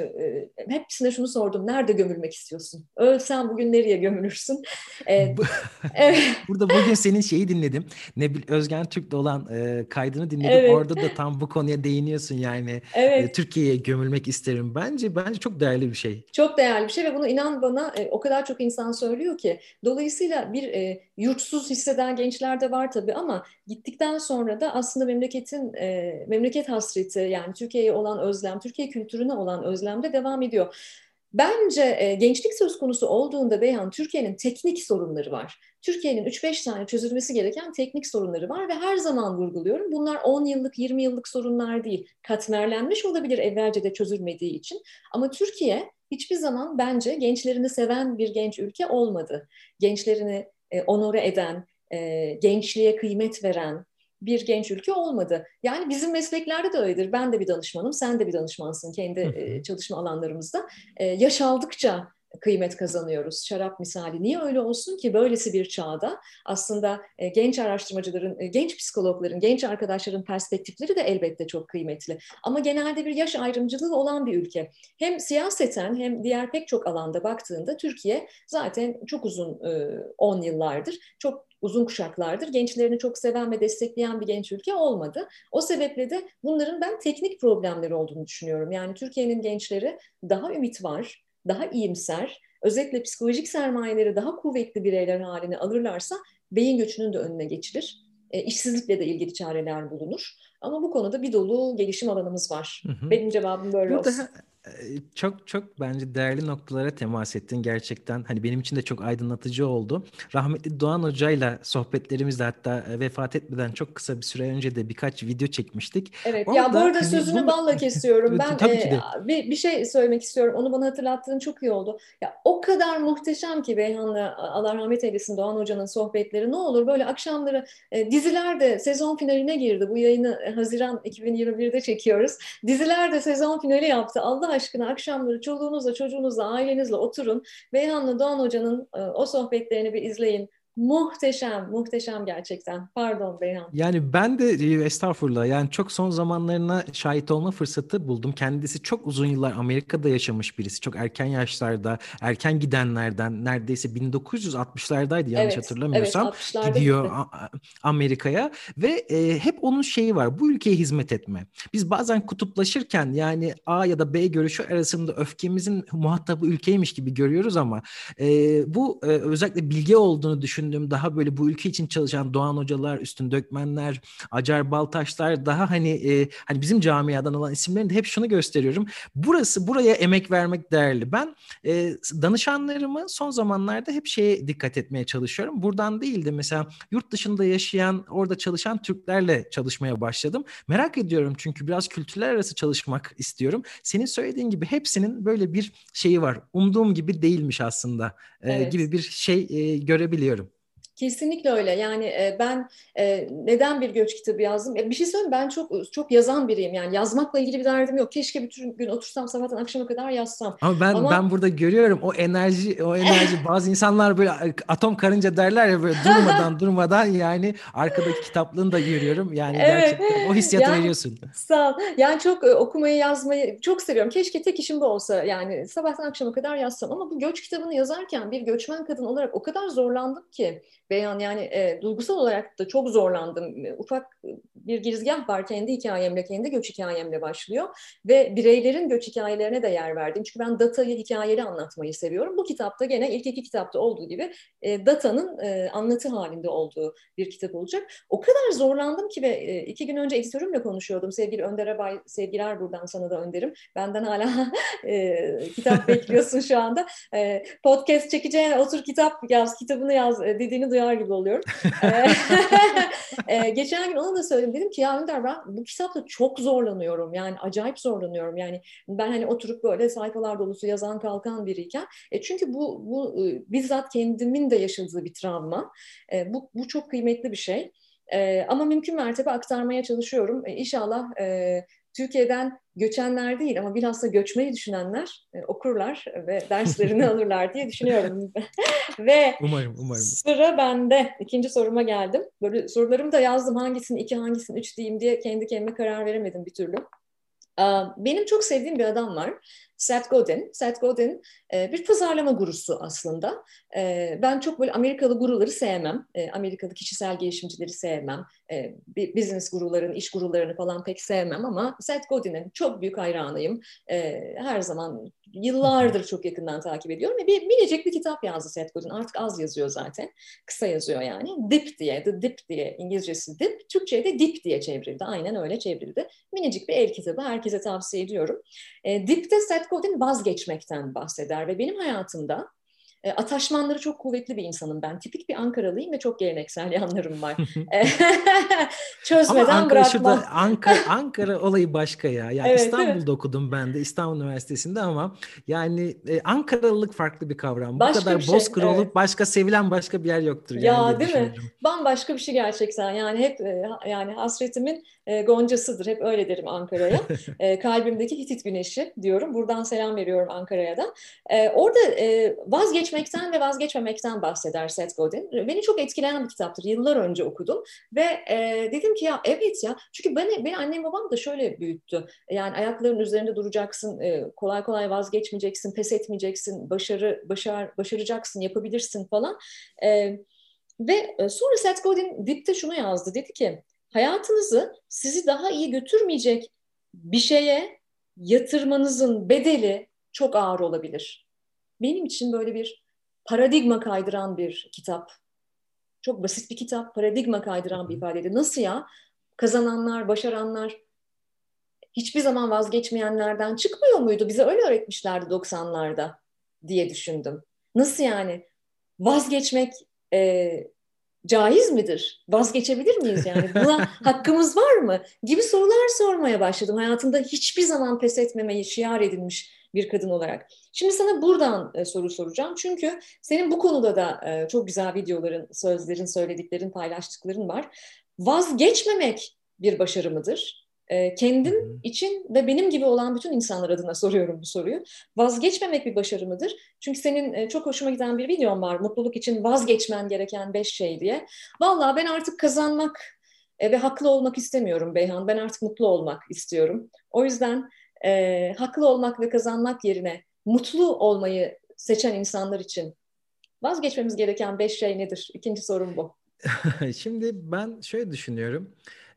Hepsine şunu sordum. Nerede gömülmek istiyorsun? Ölsen bugün nereye gömülürsün? E, Bu- evet, Burada bugün senin şeyi dinledim. Nebil Özgen Türk'le olan kaydını dinledim. evet, Orada da tam bu konuya değiniyorsun yani. evet. Türkiye'ye gömülmek isterim. Bence çok değerli bir şey. Çok değerli bir şey ve bunu inan bana o kadar çok insan söylüyor ki. Dolayısıyla bir yurtsuz hisseden gençler de var tabii ama gittikten sonra da aslında memleket hasreti, yani Türkiye'ye olan özlem, Türkiye kültürüne olan özlem de devam ediyor. Bence gençlik söz konusu olduğunda Beyhan, Türkiye'nin teknik sorunları var. Türkiye'nin 3-5 tane çözülmesi gereken teknik sorunları var ve her zaman vurguluyorum. Bunlar 10 yıllık, 20 yıllık sorunlar değil. Katmerlenmiş olabilir evvelce de çözülmediği için. Ama Türkiye hiçbir zaman bence gençlerini seven bir genç ülke olmadı. Gençlerini onore eden, gençliğe kıymet veren bir genç ülke olmadı. Yani bizim mesleklerde de öyledir. Ben de bir danışmanım, sen de bir danışmansın kendi Hı hı. çalışma alanlarımızda. Yaş aldıkça kıymet kazanıyoruz. Şarap misali. Niye öyle olsun ki böylesi bir çağda aslında genç araştırmacıların, genç psikologların, genç arkadaşların perspektifleri de elbette çok kıymetli. Ama genelde bir yaş ayrımcılığı olan bir ülke. Hem siyaseten hem diğer pek çok alanda baktığında Türkiye zaten çok uzun 10 yıllardır, çok uzun kuşaklardır gençlerini çok seven ve destekleyen bir genç ülke olmadı. O sebeple de bunların ben teknik problemleri olduğunu düşünüyorum. Yani Türkiye'nin gençleri daha ümit var, daha iyimser, özellikle psikolojik sermayeleri daha kuvvetli bireyler haline alırlarsa beyin göçünün de önüne geçilir. İşsizlikle de ilgili çareler bulunur. Ama bu konuda bir dolu gelişim alanımız var. Hı hı. Benim cevabım böyle olsun. Burada çok çok bence değerli noktalara temas ettin gerçekten. Hani benim için de çok aydınlatıcı oldu. Rahmetli Doğan Hoca'yla sohbetlerimizde, hatta vefat etmeden çok kısa bir süre önce de birkaç video çekmiştik. Evet, ya bu Orada arada hani sözünü bunu balla kesiyorum. Ben tabii ki de. bir şey söylemek istiyorum. Onu bana hatırlattığın çok iyi oldu. Ya o kadar muhteşem ki Beyhan'la, Allah rahmet eylesin, Doğan Hoca'nın sohbetleri. Ne olur böyle akşamları, diziler de sezon finaline girdi. Bu yayını Haziran 2021'de çekiyoruz. Diziler de sezon finali yaptı. Allah aşkına akşamları çoluğunuzla, çocuğunuzla, ailenizle oturun. Beyhan'la Doğan Hoca'nın o sohbetlerini bir izleyin. Muhteşem, muhteşem gerçekten. Pardon Beyhan. Yani ben de estağfurullah, yani çok son zamanlarına şahit olma fırsatı buldum. Kendisi çok uzun yıllar Amerika'da yaşamış birisi. Çok erken yaşlarda, erken gidenlerden, neredeyse 1960'lardaydı yanlış Evet, evet hatırlamıyorsam, 60'larda gidiyor gitti. Amerika'ya ve hep onun şeyi var, bu ülkeye hizmet etme. Biz bazen kutuplaşırken yani A ya da B görüşü arasında öfkemizin muhatabı ülkeymiş gibi görüyoruz ama bu özellikle bilge olduğunu düşündüğüm düşündüğüm daha böyle bu ülke için çalışan Doğan Hocalar, Üstün Dökmenler, Acar Baltaşlar, daha hani bizim camiadan olan isimlerini de hep şunu gösteriyorum. Buraya emek vermek değerli. Ben danışanlarımı son zamanlarda hep şeye dikkat etmeye çalışıyorum. Buradan değil de mesela yurt dışında yaşayan, orada çalışan Türklerle çalışmaya başladım. Merak ediyorum çünkü biraz kültürler arası çalışmak istiyorum. Senin söylediğin gibi hepsinin böyle bir şeyi var. Umduğum gibi değilmiş aslında Evet. gibi bir şey görebiliyorum. Kesinlikle öyle. Yani ben neden bir göç kitabı yazdım? Bir şey söyleyeyim, ben çok çok yazan biriyim. Yani yazmakla ilgili bir derdim yok. Keşke bütün gün otursam sabahtan akşama kadar yazsam. Ama ben Ama burada görüyorum o enerji bazı insanlar böyle atom karınca derler ya, böyle durmadan yani arkadaki kitaplığını da görüyorum. Yani evet, gerçekten o hissiyatı yani veriyorsun. sağ ol. Yani çok okumayı, yazmayı çok seviyorum. Keşke tek işim bu olsa. Yani sabahtan akşama kadar yazsam. Ama bu göç kitabını yazarken bir göçmen kadın olarak o kadar zorlandım ki. Beyan, yani duygusal olarak da çok zorlandım. Ufak bir girizgah var, kendi hikayemle, kendi göç hikayemle başlıyor. Ve bireylerin göç hikayelerine de yer verdim. Çünkü ben datayı hikayeli anlatmayı seviyorum. Bu kitapta gene ilk iki kitapta olduğu gibi datanın anlatı halinde olduğu bir kitap olacak. O kadar zorlandım ki ve 2 gün önce editörümle konuşuyordum. Sevgili Önder Abay, sevgiler buradan sana da Önder'im. Benden hala kitap bekliyorsun şu anda. Podcast çekeceğine otur kitap yaz, kitabını yaz dediğini duyar gibi oluyorum. Geçen gün ona da söyledim. Dedim ki ya Önder, ben bu kitapta çok zorlanıyorum. Yani acayip zorlanıyorum. Yani ben hani oturup böyle sayfalar dolusu yazan kalkan biriyken. Çünkü bu bizzat kendimin de yaşadığı bir travma. Bu çok kıymetli bir şey. Ama mümkün mertebe aktarmaya çalışıyorum. İnşallah Türkiye'den göçenler değil ama bilhassa göçmeyi düşünenler okurlar ve derslerini alırlar diye düşünüyorum. Ve Umarım. sıra bende. İkinci soruma geldim. Böyle sorularımı da yazdım. Hangisini iki, hangisini üç diyeyim diye kendi kendime karar veremedim bir türlü. Benim çok sevdiğim bir adam var. Seth Godin. Seth Godin bir pazarlama gurusu aslında. Ben çok böyle Amerikalı guruları sevmem. Amerikalı kişisel gelişimcileri sevmem. Business gurularını, iş gurularını falan pek sevmem ama Seth Godin'in çok büyük hayranıyım. Her zaman, yıllardır çok yakından takip ediyorum. Ve minicik bir kitap yazdı Seth Godin. Artık az yazıyor zaten. Kısa yazıyor yani. Dip diye, The Dip diye, İngilizcesi Dip. Türkçe'ye de Dip diye çevrildi. Aynen öyle çevrildi. Minicik bir el kitabı, herkese tavsiye ediyorum. Dip'te Seth Godin vazgeçmekten bahseder ve benim hayatımda ataşmanları çok kuvvetli bir insanım ben. Tipik bir Ankaralıyım ve çok geleneksel yanlarım var. Ama Çözmeden Ankara şurada, bırakmam. Ankara olayı başka ya. Ya Evet, değil mi? İstanbul'da okudum ben de, İstanbul Üniversitesi'nde, ama yani Ankaralılık farklı bir kavram. Bu Başka bir kadar şey, bozkır olup evet. başka sevilen başka bir yer yoktur yani Ya diye değil mi? düşünüyorum. Bambaşka bir şey gerçekten. Yani hep yani hasretimin goncasıdır. Hep öyle derim Ankara'ya. Kalbimdeki Hitit güneşi diyorum. Buradan selam veriyorum Ankara'ya da. Orada vazgeçmekten ve vazgeçmemekten bahseder Seth Godin. Beni çok etkileyen bir kitaptır. Yıllar önce okudum ve dedim ki ya evet ya. Çünkü beni annem babam da şöyle büyüttü. Yani ayaklarının üzerinde duracaksın, kolay kolay vazgeçmeyeceksin, pes etmeyeceksin, başaracaksın, yapabilirsin falan. E, sonra Seth Godin dipte şunu yazdı. Dedi ki hayatınızı sizi daha iyi götürmeyecek bir şeye yatırmanızın bedeli çok ağır olabilir. Benim için böyle bir paradigma kaydıran bir kitap. Çok basit bir kitap, paradigma kaydıran bir ifadeydi. Nasıl ya? Kazananlar, başaranlar hiçbir zaman vazgeçmeyenlerden çıkmıyor muydu? Bize öyle öğretmişlerdi 90'larda diye düşündüm. Nasıl yani? Vazgeçmek caiz midir? Vazgeçebilir miyiz yani? Buna hakkımız var mı? Gibi sorular sormaya başladım. Hayatımda hiçbir zaman pes etmemeyi şiar edinmiş bir kadın olarak. Şimdi sana buradan soru soracağım. Çünkü senin bu konuda da çok güzel videoların, sözlerin, söylediklerin, paylaştıkların var. Vazgeçmemek bir başarı mıdır? Hı Kendim hı. için ve benim gibi olan bütün insanlar adına soruyorum bu soruyu. Vazgeçmemek bir başarı mıdır? Çünkü senin çok hoşuma giden bir videon var. Mutluluk için vazgeçmen gereken 5 şey diye. Vallahi ben artık kazanmak ve haklı olmak istemiyorum Beyhan. Ben artık mutlu olmak istiyorum. O yüzden haklı olmak ve kazanmak yerine mutlu olmayı seçen insanlar için vazgeçmemiz gereken 5 şey nedir? İkinci sorum bu. Şimdi ben şöyle düşünüyorum.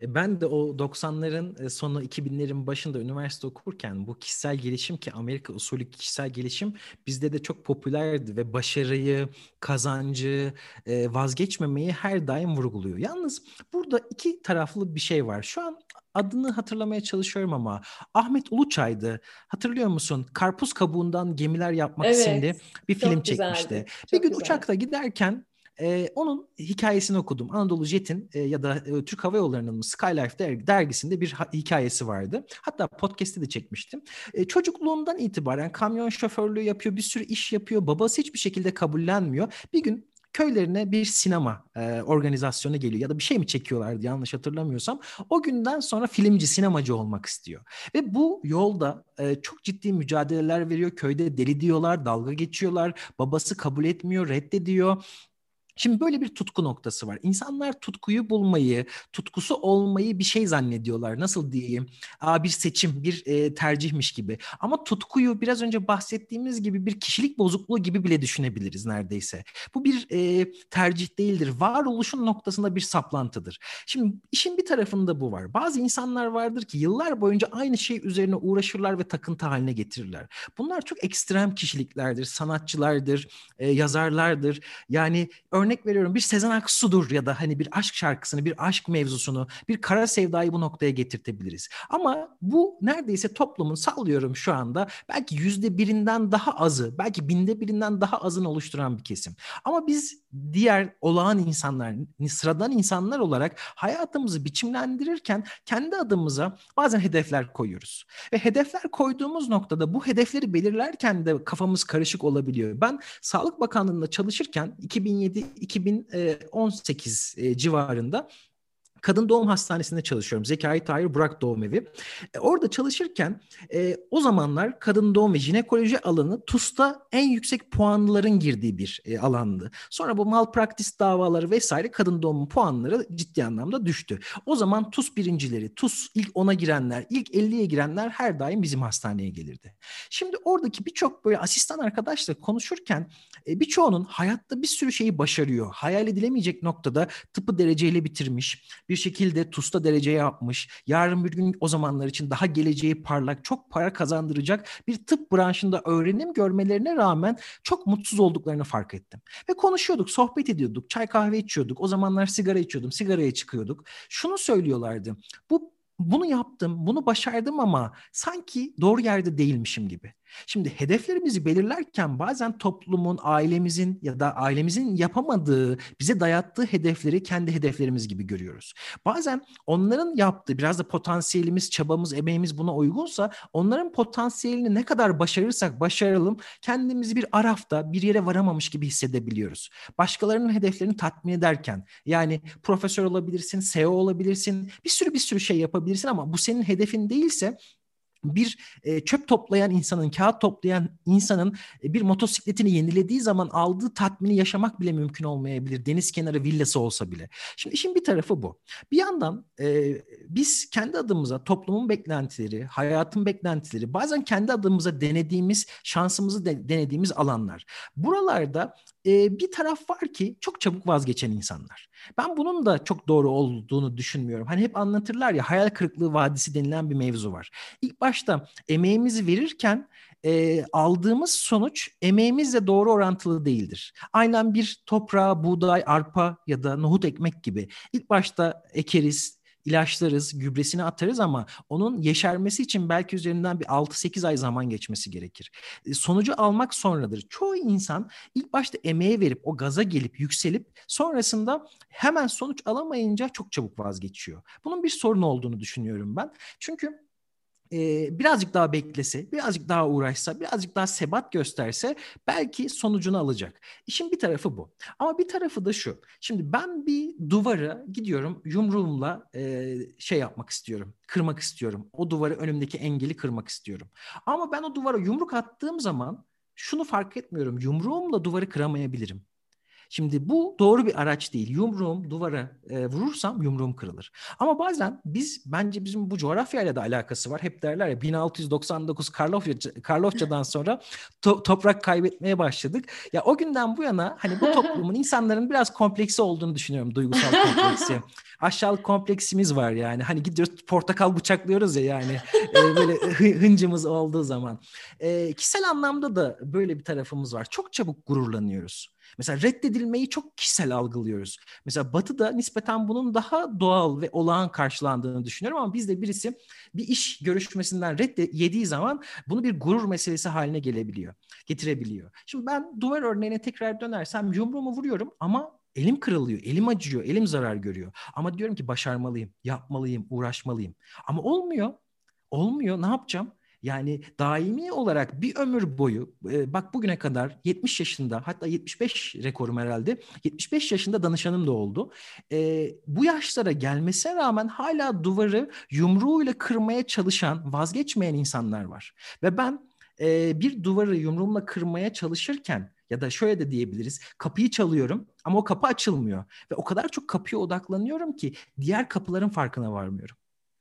Ben de o 90'ların sonu 2000'lerin başında üniversite okurken bu kişisel gelişim, ki Amerika usulü kişisel gelişim bizde de çok popülerdi ve başarıyı, kazancı, vazgeçmemeyi her daim vurguluyor. Yalnız burada iki taraflı bir şey var. Şu an adını hatırlamaya çalışıyorum ama Ahmet Uluçay'dı. Hatırlıyor musun? Karpuz kabuğundan gemiler yapmak isimli Evet, bir film çok çekmişti. güzeldi, Bir çok gün güzeldi. uçakta giderken onun hikayesini okudum. Anadolu Jet'in ya da Türk Hava Yolları'nın Skylife dergisinde bir hikayesi vardı. Hatta podcast'te de çekmiştim. Çocukluğundan itibaren kamyon şoförlüğü yapıyor, bir sürü iş yapıyor. Babası hiçbir şekilde kabullenmiyor. Bir gün köylerine bir sinema organizasyonu geliyor ya da bir şey mi çekiyorlardı yanlış hatırlamıyorsam. O günden sonra filmci, sinemacı olmak istiyor. Ve bu yolda çok ciddi mücadeleler veriyor. Köyde deli diyorlar, dalga geçiyorlar. Babası kabul etmiyor, reddediyor. Şimdi böyle bir tutku noktası var. İnsanlar tutkuyu bulmayı, tutkusu olmayı bir şey zannediyorlar. Nasıl diyeyim? Bir seçim, bir tercihmiş gibi. Ama tutkuyu biraz önce bahsettiğimiz gibi bir kişilik bozukluğu gibi bile düşünebiliriz neredeyse. Bu bir tercih değildir. Varoluşun noktasında bir saplantıdır. Şimdi işin bir tarafında bu var. Bazı insanlar vardır ki yıllar boyunca aynı şey üzerine uğraşırlar ve takıntı haline getirirler. Bunlar çok ekstrem kişiliklerdir, sanatçılardır, yazarlardır. Yani örnek veriyorum, bir Sezen Aksu'dur ya da hani bir aşk şarkısını, bir aşk mevzusunu, bir kara sevdayı bu noktaya getirtebiliriz. Ama bu neredeyse toplumun, sallıyorum şu anda, belki %1'inden daha azı, belki binde 1'inden daha azını oluşturan bir kesim. Ama biz diğer olağan insanlar, sıradan insanlar olarak hayatımızı biçimlendirirken kendi adımıza bazen hedefler koyuyoruz. Ve hedefler koyduğumuz noktada bu hedefleri belirlerken de kafamız karışık olabiliyor. Ben Sağlık Bakanlığı'nda çalışırken 2007-2018 civarında Kadın Doğum Hastanesi'nde çalışıyorum. Zekai Tahir Burak Doğum Evi. Orada çalışırken o zamanlar kadın doğum ve jinekoloji alanı TUS'ta en yüksek puanların girdiği bir alandı. Sonra bu malpraktis davaları vesaire kadın doğumun puanları ciddi anlamda düştü. O zaman TUS birincileri, TUS ilk 10'a girenler, ilk 50'ye girenler her daim bizim hastaneye gelirdi. Şimdi oradaki birçok böyle asistan arkadaşla konuşurken birçoğunun hayatta bir sürü şeyi başarıyor. Hayal edilemeyecek noktada tıpı dereceyle bitirmiş, bir şekilde TUS'ta derece yapmış, yarın bir gün o zamanlar için daha geleceği parlak, çok para kazandıracak bir tıp branşında öğrenim görmelerine rağmen çok mutsuz olduklarını fark ettim. Ve konuşuyorduk, sohbet ediyorduk, çay kahve içiyorduk. O zamanlar sigara içiyordum, sigaraya çıkıyorduk. Şunu söylüyorlardı: bunu yaptım, bunu başardım ama sanki doğru yerde değilmişim gibi. Şimdi hedeflerimizi belirlerken bazen toplumun, ailemizin ya da ailemizin yapamadığı, bize dayattığı hedefleri kendi hedeflerimiz gibi görüyoruz. Bazen onların yaptığı, biraz da potansiyelimiz, çabamız, emeğimiz buna uygunsa, onların potansiyelini ne kadar başarırsak başaralım, kendimizi bir arafta, bir yere varamamış gibi hissedebiliyoruz. Başkalarının hedeflerini tatmin ederken, yani profesör olabilirsin, CEO olabilirsin, bir sürü şey yapabilirsin ama bu senin hedefin değilse, bir çöp toplayan insanın, kağıt toplayan insanın bir motosikletini yenilediği zaman aldığı tatmini yaşamak bile mümkün olmayabilir. Deniz kenarı villası olsa bile. Şimdi işin bir tarafı bu. Bir yandan biz kendi adımıza toplumun beklentileri, hayatın beklentileri, bazen kendi adımıza denediğimiz, şansımızı denediğimiz alanlar. Buralarda bir taraf var ki çok çabuk vazgeçen insanlar. Ben bunun da çok doğru olduğunu düşünmüyorum. Hani hep anlatırlar ya, hayal kırıklığı vadisi denilen bir mevzu var. İlk başta emeğimizi verirken aldığımız sonuç emeğimizle doğru orantılı değildir. Aynen bir toprağa buğday, arpa ya da nohut ekmek gibi. İlk başta ekeriz, ilaçlarız, gübresini atarız ama onun yeşermesi için belki üzerinden bir 6-8 ay zaman geçmesi gerekir. Sonucu almak sonradır. Çoğu insan ilk başta emeğe verip o gaza gelip yükselip sonrasında hemen sonuç alamayınca çok çabuk vazgeçiyor. Bunun bir sorun olduğunu düşünüyorum ben. Çünkü birazcık daha beklese, birazcık daha uğraşsa, birazcık daha sebat gösterse belki sonucunu alacak. İşin bir tarafı bu. Ama bir tarafı da şu. Şimdi ben bir duvara gidiyorum, yumruğumla şey yapmak istiyorum, kırmak istiyorum. O duvarı, önümdeki engeli kırmak istiyorum. Ama ben o duvara yumruk attığım zaman şunu fark etmiyorum: yumruğumla duvarı kıramayabilirim. Şimdi bu doğru bir araç değil. Yumruğum duvara vurursam yumruğum kırılır. Ama bazen bence bizim bu coğrafyayla da alakası var. Hep derler ya 1699 Karlofça'dan sonra toprak kaybetmeye başladık. Ya o günden bu yana hani bu toplumun insanların biraz kompleksi olduğunu düşünüyorum. Duygusal kompleksi. Aşağılık kompleksimiz var yani. Hani gidiyoruz portakal bıçaklıyoruz ya yani. Böyle hıncımız olduğu zaman. Kişisel anlamda da böyle bir tarafımız var. Çok çabuk gururlanıyoruz. Mesela reddedilmeyi çok kişisel algılıyoruz. Mesela Batı'da nispeten bunun daha doğal ve olağan karşılandığını düşünüyorum ama bizde birisi bir iş görüşmesinden yediği zaman bunu bir gurur meselesi haline getirebiliyor. Şimdi ben duvar örneğine tekrar dönersem yumruğumu vuruyorum ama elim kırılıyor, elim acıyor, elim zarar görüyor. Ama diyorum ki başarmalıyım, yapmalıyım, uğraşmalıyım. Ama olmuyor. Olmuyor. Ne yapacağım? Yani daimi olarak bir ömür boyu bak bugüne kadar 70 yaşında hatta 75 rekorum herhalde 75 yaşında danışanım da oldu. Bu yaşlara gelmesine rağmen hala duvarı yumruğuyla kırmaya çalışan vazgeçmeyen insanlar var. Ve ben bir duvarı yumruğumla kırmaya çalışırken ya da şöyle de diyebiliriz kapıyı çalıyorum ama o kapı açılmıyor. Ve o kadar çok kapıya odaklanıyorum ki diğer kapıların farkına varmıyorum.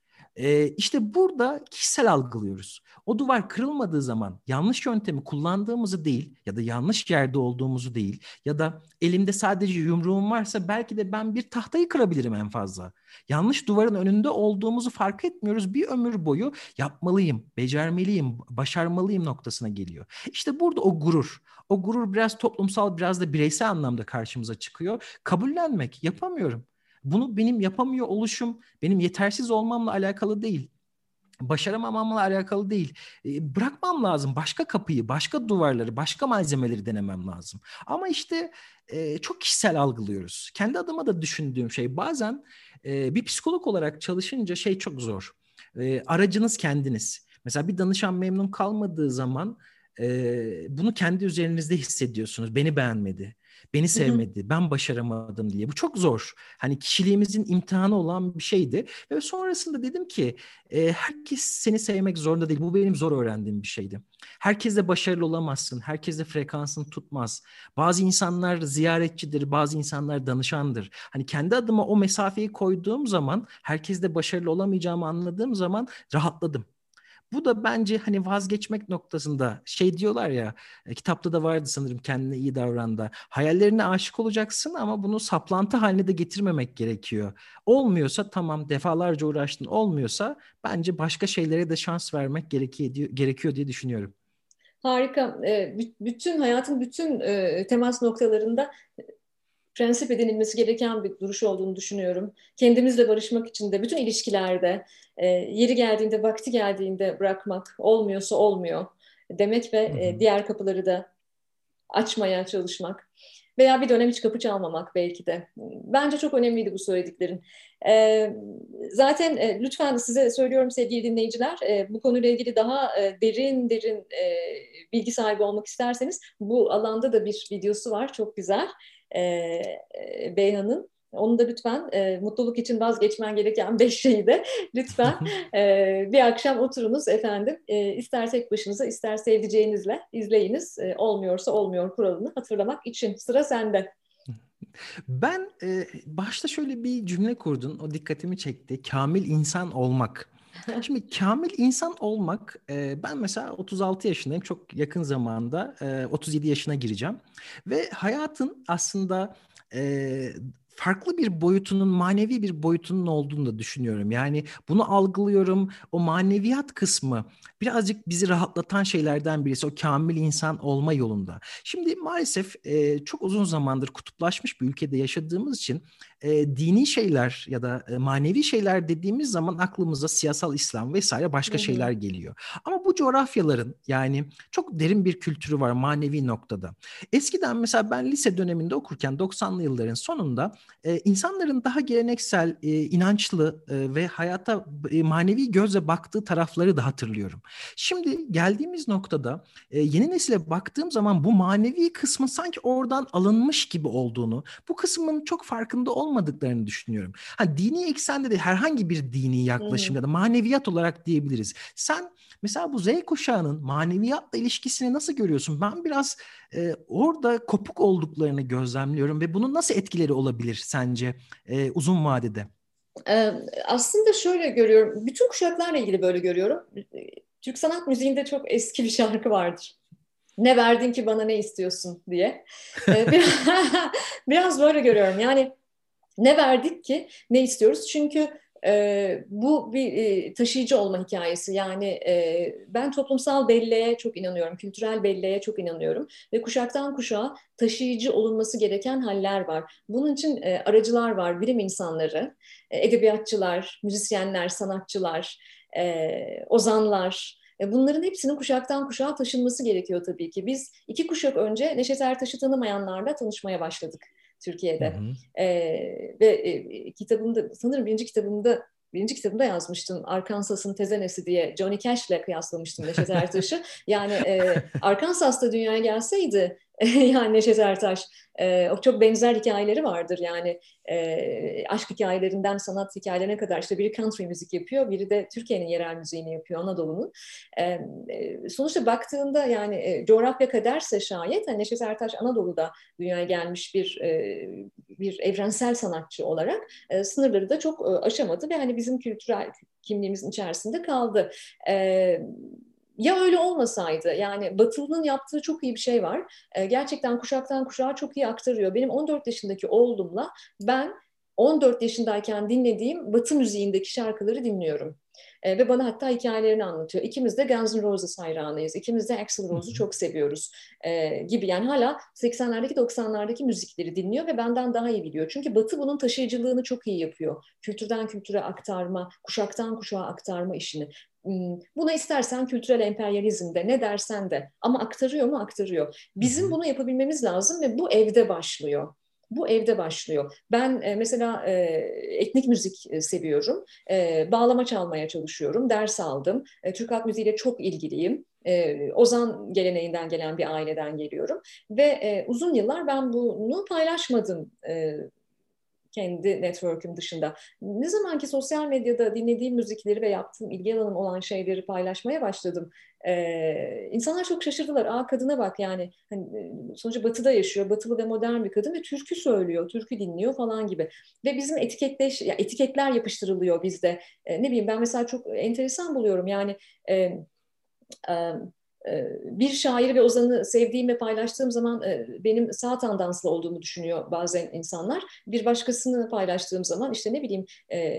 İşte burada kişisel algılıyoruz. O duvar kırılmadığı zaman yanlış yöntemi kullandığımızı değil ya da yanlış yerde olduğumuzu değil ya da elimde sadece yumruğum varsa belki de ben bir tahtayı kırabilirim en fazla. Yanlış duvarın önünde olduğumuzu fark etmiyoruz. Bir ömür boyu yapmalıyım, becermeliyim, başarmalıyım noktasına geliyor. İşte burada o gurur. O gurur biraz toplumsal, biraz da bireysel anlamda karşımıza çıkıyor. Kabullenmek, yapamıyorum. Bunu benim yapamıyor oluşum, benim yetersiz olmamla alakalı değil. Başaramamamla alakalı değil. Bırakmam lazım. Başka kapıyı, başka duvarları, başka malzemeleri denemem lazım. Ama işte çok kişisel algılıyoruz. Kendi adıma da düşündüğüm şey bazen bir psikolog olarak çalışınca şey çok zor. Aracınız kendiniz. Mesela bir danışan memnun kalmadığı zaman bunu kendi üzerinizde hissediyorsunuz. Beni beğenmedi. Beni sevmedi, ben başaramadım diye. Bu çok zor. Hani kişiliğimizin imtihanı olan bir şeydi. Ve sonrasında dedim ki herkes seni sevmek zorunda değil. Bu benim zor öğrendiğim bir şeydi. Herkesle başarılı olamazsın. Herkesle frekansın tutmaz. Bazı insanlar ziyaretçidir, bazı insanlar danışandır. Hani kendi adıma o mesafeyi koyduğum zaman, herkesle başarılı olamayacağımı anladığım zaman rahatladım. Bu da bence hani vazgeçmek noktasında şey diyorlar ya kitapta da vardı sanırım kendine iyi davran da hayallerine aşık olacaksın ama bunu saplantı haline de getirmemek gerekiyor. Olmuyorsa tamam defalarca uğraştın olmuyorsa bence başka şeylere de şans vermek gerekiyor diye düşünüyorum. Harika. Bütün hayatın bütün temas noktalarında prensip edinilmesi gereken bir duruş olduğunu düşünüyorum. Kendimizle barışmak için de bütün ilişkilerde yeri geldiğinde, vakti geldiğinde bırakmak, olmuyorsa olmuyor demek ve Hı hı. diğer kapıları da açmaya çalışmak veya bir dönem hiç kapı çalmamak belki de. Bence çok önemliydi bu söylediklerin. Zaten lütfen size söylüyorum sevgili dinleyiciler, bu konuyla ilgili daha derin bilgi sahibi olmak isterseniz bu alanda da bir videosu var, çok güzel. Beyhan'ın. Onu da lütfen mutluluk için vazgeçmen gereken 5 şeyi de lütfen bir akşam oturunuz efendim. İster tek başınıza ister sevdiceğinizle izleyiniz. Olmuyorsa olmuyor kuralını hatırlamak için. Sıra sende. Ben başta şöyle bir cümle kurdun, o dikkatimi çekti. Kamil insan olmak. Şimdi kamil insan olmak, ben mesela 36 yaşındayım. Çok yakın zamanda 37 yaşına gireceğim. Ve hayatın aslında e, farklı bir boyutunun, manevi bir boyutunun olduğunu da düşünüyorum. Yani bunu algılıyorum. O maneviyat kısmı birazcık bizi rahatlatan şeylerden birisi. O kamil insan olma yolunda. Şimdi maalesef çok uzun zamandır kutuplaşmış bir ülkede yaşadığımız için dini şeyler ya da manevi şeyler dediğimiz zaman aklımıza siyasal İslam vesaire Hı başka hı. şeyler geliyor. Ama bu coğrafyaların yani çok derin bir kültürü var manevi noktada. Eskiden mesela ben lise döneminde okurken 90'lı yılların sonunda insanların daha geleneksel, inançlı ve hayata manevi gözle baktığı tarafları da hatırlıyorum. Şimdi geldiğimiz noktada yeni nesile baktığım zaman bu manevi kısmın sanki oradan alınmış gibi olduğunu, bu kısmın çok farkında olmadığını olmadıklarını düşünüyorum. Ha, dini eksende de herhangi bir dini Hı hı. yaklaşım ya da maneviyat olarak diyebiliriz. Sen mesela bu Z kuşağının maneviyatla ilişkisini nasıl görüyorsun? Ben biraz orada kopuk olduklarını gözlemliyorum ve bunun nasıl etkileri olabilir sence uzun vadede? Aslında şöyle görüyorum, bütün kuşaklarla ilgili böyle görüyorum. Türk sanat müziğinde çok eski bir şarkı vardır. Ne verdin ki bana ne istiyorsun diye. Biraz, biraz böyle görüyorum. Yani ne verdik ki ne istiyoruz? Çünkü bu bir taşıyıcı olma hikayesi. Yani ben toplumsal belleğe çok inanıyorum, kültürel belleğe çok inanıyorum ve kuşaktan kuşağa taşıyıcı olunması gereken haller var. Bunun için aracılar var, bilim insanları, edebiyatçılar, müzisyenler, sanatçılar, ozanlar. Bunların hepsinin kuşaktan kuşağa taşınması gerekiyor tabii ki. Biz 2 kuşak önce Neşet Ertaş'ı tanımayanlarla tanışmaya başladık Hı Türkiye'de. hı. Kitabımda sanırım birinci kitabımda yazmıştım. Arkansas'ın tezenesi diye Johnny Cash'le kıyaslamıştım Neşet Ertaş'ı. Yani Arkansas'ta dünyaya gelseydi yani Neşet Ertaş o çok benzer hikayeleri vardır. Yani aşk hikayelerinden sanat hikayelerine kadar işte biri country müzik yapıyor, biri de Türkiye'nin yerel müziğini yapıyor, Anadolu'nun. Sonuçta baktığında yani coğrafya kaderse şayet hani Neşet Ertaş Anadolu'da dünyaya gelmiş bir evrensel sanatçı olarak sınırları da çok aşamadı ve hani bizim kültürel kimliğimizin içerisinde kaldı. Ya öyle olmasaydı yani Batılı'nın yaptığı çok iyi bir şey var. Gerçekten kuşaktan kuşağa çok iyi aktarıyor. Benim 14 yaşındaki oğlumla ben 14 yaşındayken dinlediğim Batı müziğindeki şarkıları dinliyorum. Ve bana hatta hikayelerini anlatıyor. İkimiz de Guns N' Roses hayranıyız. İkimiz de Axl Hı Rose'u hı. çok seviyoruz gibi. Yani hala 80'lerdeki 90'lardaki müzikleri dinliyor ve benden daha iyi biliyor. Çünkü Batı bunun taşıyıcılığını çok iyi yapıyor. Kültürden kültüre aktarma, kuşaktan kuşağa aktarma işini. Buna istersen kültürel emperyalizm de ne dersen de ama aktarıyor mu aktarıyor. Hı Bizim hı. bunu yapabilmemiz lazım ve bu evde başlıyor. Bu evde başlıyor. Ben mesela etnik müzik seviyorum. Bağlama çalmaya çalışıyorum. Ders aldım. Türk halk müziğiyle çok ilgiliyim. Ozan geleneğinden gelen bir aileden geliyorum. Ve uzun yıllar ben bunu paylaşmadım kendi network'üm dışında. Ne zaman ki sosyal medyada dinlediğim müzikleri ve yaptığım ilgi alanım olan şeyleri paylaşmaya başladım. İnsanlar çok şaşırdılar. Aa kadına bak yani hani, sonuçta batıda yaşıyor. Batılı ve modern bir kadın ve türkü söylüyor, türkü dinliyor falan gibi. Ve bizim ya etiketler yapıştırılıyor bizde. Ne bileyim ben mesela çok enteresan buluyorum. Yani e, e, bir şairi ve ozanı sevdiğim ve paylaştığım zaman benim sağ tandanslı olduğumu düşünüyor bazen insanlar. Bir başkasını paylaştığım zaman işte ne bileyim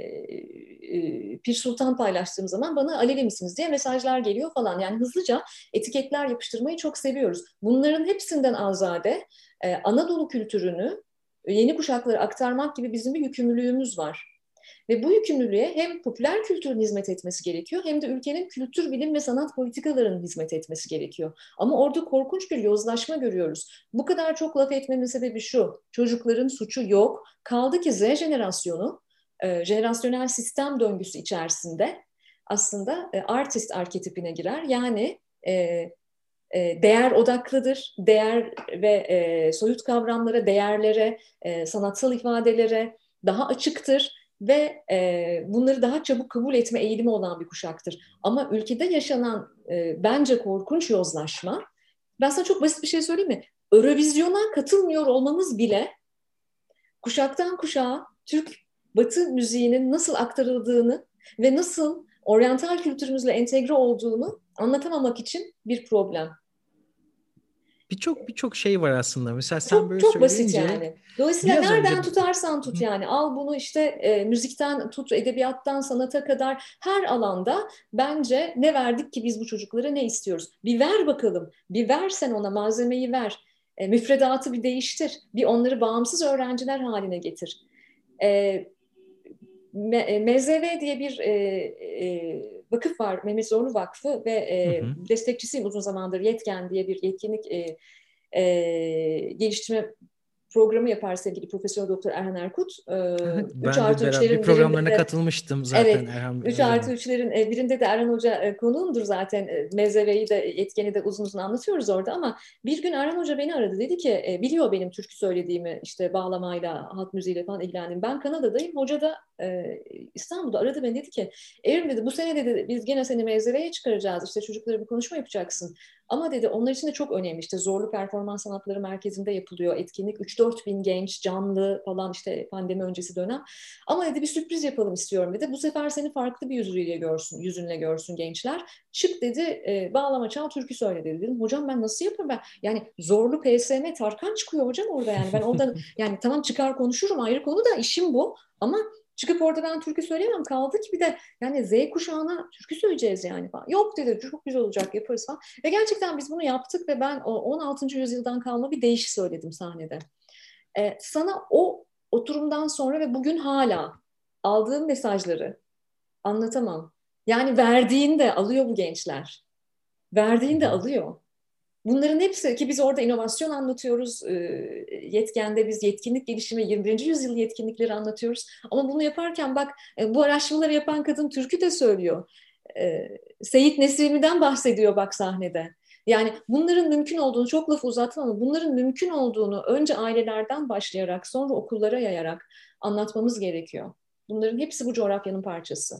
Pir Sultan paylaştığım zaman bana Alevi misiniz diye mesajlar geliyor falan. Yani hızlıca etiketler yapıştırmayı çok seviyoruz. Bunların hepsinden azade Anadolu kültürünü yeni kuşaklara aktarmak gibi bizim bir yükümlülüğümüz var. Ve bu yükümlülüğe hem popüler kültürün hizmet etmesi gerekiyor hem de ülkenin kültür, bilim ve sanat politikalarının hizmet etmesi gerekiyor. Ama orada korkunç bir yozlaşma görüyoruz. Bu kadar çok laf etmemin sebebi şu, çocukların suçu yok. Kaldı ki Z jenerasyonu, jenerasyonel sistem döngüsü içerisinde aslında artist arketipine girer. Yani değer odaklıdır. Değer ve soyut kavramlara, değerlere, sanatsal ifadelere daha açıktır ve bunları daha çabuk kabul etme eğilimi olan bir kuşaktır. Ama ülkede yaşanan bence korkunç yozlaşma, ben sana çok basit bir şey söyleyeyim mi? Eurovizyona katılmıyor olmamız bile kuşaktan kuşağa Türk Batı müziğinin nasıl aktarıldığını ve nasıl oryantal kültürümüzle entegre olduğunu anlatamamak için bir problem. Birçok şey var aslında. Mesela sen Çok böyle çok basit söyleyince yani. Dolayısıyla biraz önce. nereden tutarsan tut yani al bunu işte müzikten tut, edebiyattan sanata kadar her alanda bence ne verdik ki biz bu çocuklara ne istiyoruz? Bir ver bakalım. Bir ver sen ona malzemeyi ver. Müfredatı bir değiştir. Bir onları bağımsız öğrenciler haline getir. E, MZV diye bir vakıf var. Mehmet Zorlu Vakfı ve Hı hı. destekçisiyim uzun zamandır. Yetken diye bir yetkinlik geliştirme programı yapar sevgili Profesör Doktor Erhan Erkut. 3 Ben de artı beraber bir 3'lerin birinde programlarına de katılmıştım zaten evet, Erhan Bey 3 artı hocamla. 3'lerin birinde de Erhan Hoca konuğumdur zaten. Mezeveyi de yetkeni de uzun uzun anlatıyoruz orada ama bir gün Erhan Hoca beni aradı. Dedi ki biliyor benim türkü söylediğimi, işte bağlamayla, halk müziğiyle falan ilgilendim. Ben Kanada'dayım. Hoca da İstanbul'da aradı beni, dedi ki Evrim dedi bu sene dedi biz gene seni mezreveye çıkaracağız. İşte çocuklara bir konuşma yapacaksın. Ama dedi onlar için de çok önemli. İşte Zorlu Performans Sanatları Merkezi'nde yapılıyor etkinlik. 3-4 bin genç, canlı falan, işte pandemi öncesi dönem. Ama dedi bir sürpriz yapalım istiyorum dedi. Bu sefer seni farklı bir yüzünle görsün gençler. Çık dedi, bağlama çal, türkü söyle dedi. Dedim hocam ben nasıl yaparım ben? Yani Zorlu PSM Tarkan çıkıyor hocam orada yani. Ben orada yani tamam çıkar konuşurum, ayrı konu da işim bu. Ama çıkıp orada ben türkü söyleyemem. Kaldı ki bir de yani Z kuşağına türkü söyleyeceğiz yani falan. Yok dedi, çok güzel olacak, yaparız falan. Ve gerçekten biz bunu yaptık ve ben o 16. yüzyıldan kalma bir deyiş söyledim sahnede. Sana o oturumdan sonra ve bugün hala aldığım mesajları anlatamam. Yani verdiğinde alıyor bu gençler. Verdiğinde alıyor. Bunların hepsi ki biz orada inovasyon anlatıyoruz. Yetkende biz yetkinlik gelişimi 21. yüzyıl yetkinlikleri anlatıyoruz. Ama bunu yaparken bak bu araştırmaları yapan kadın türkü de söylüyor. Seyit Nesimi'den bahsediyor bak sahnede. Yani bunların mümkün olduğunu, çok lafı uzattım ama bunların mümkün olduğunu önce ailelerden başlayarak sonra okullara yayarak anlatmamız gerekiyor. Bunların hepsi bu coğrafyanın parçası.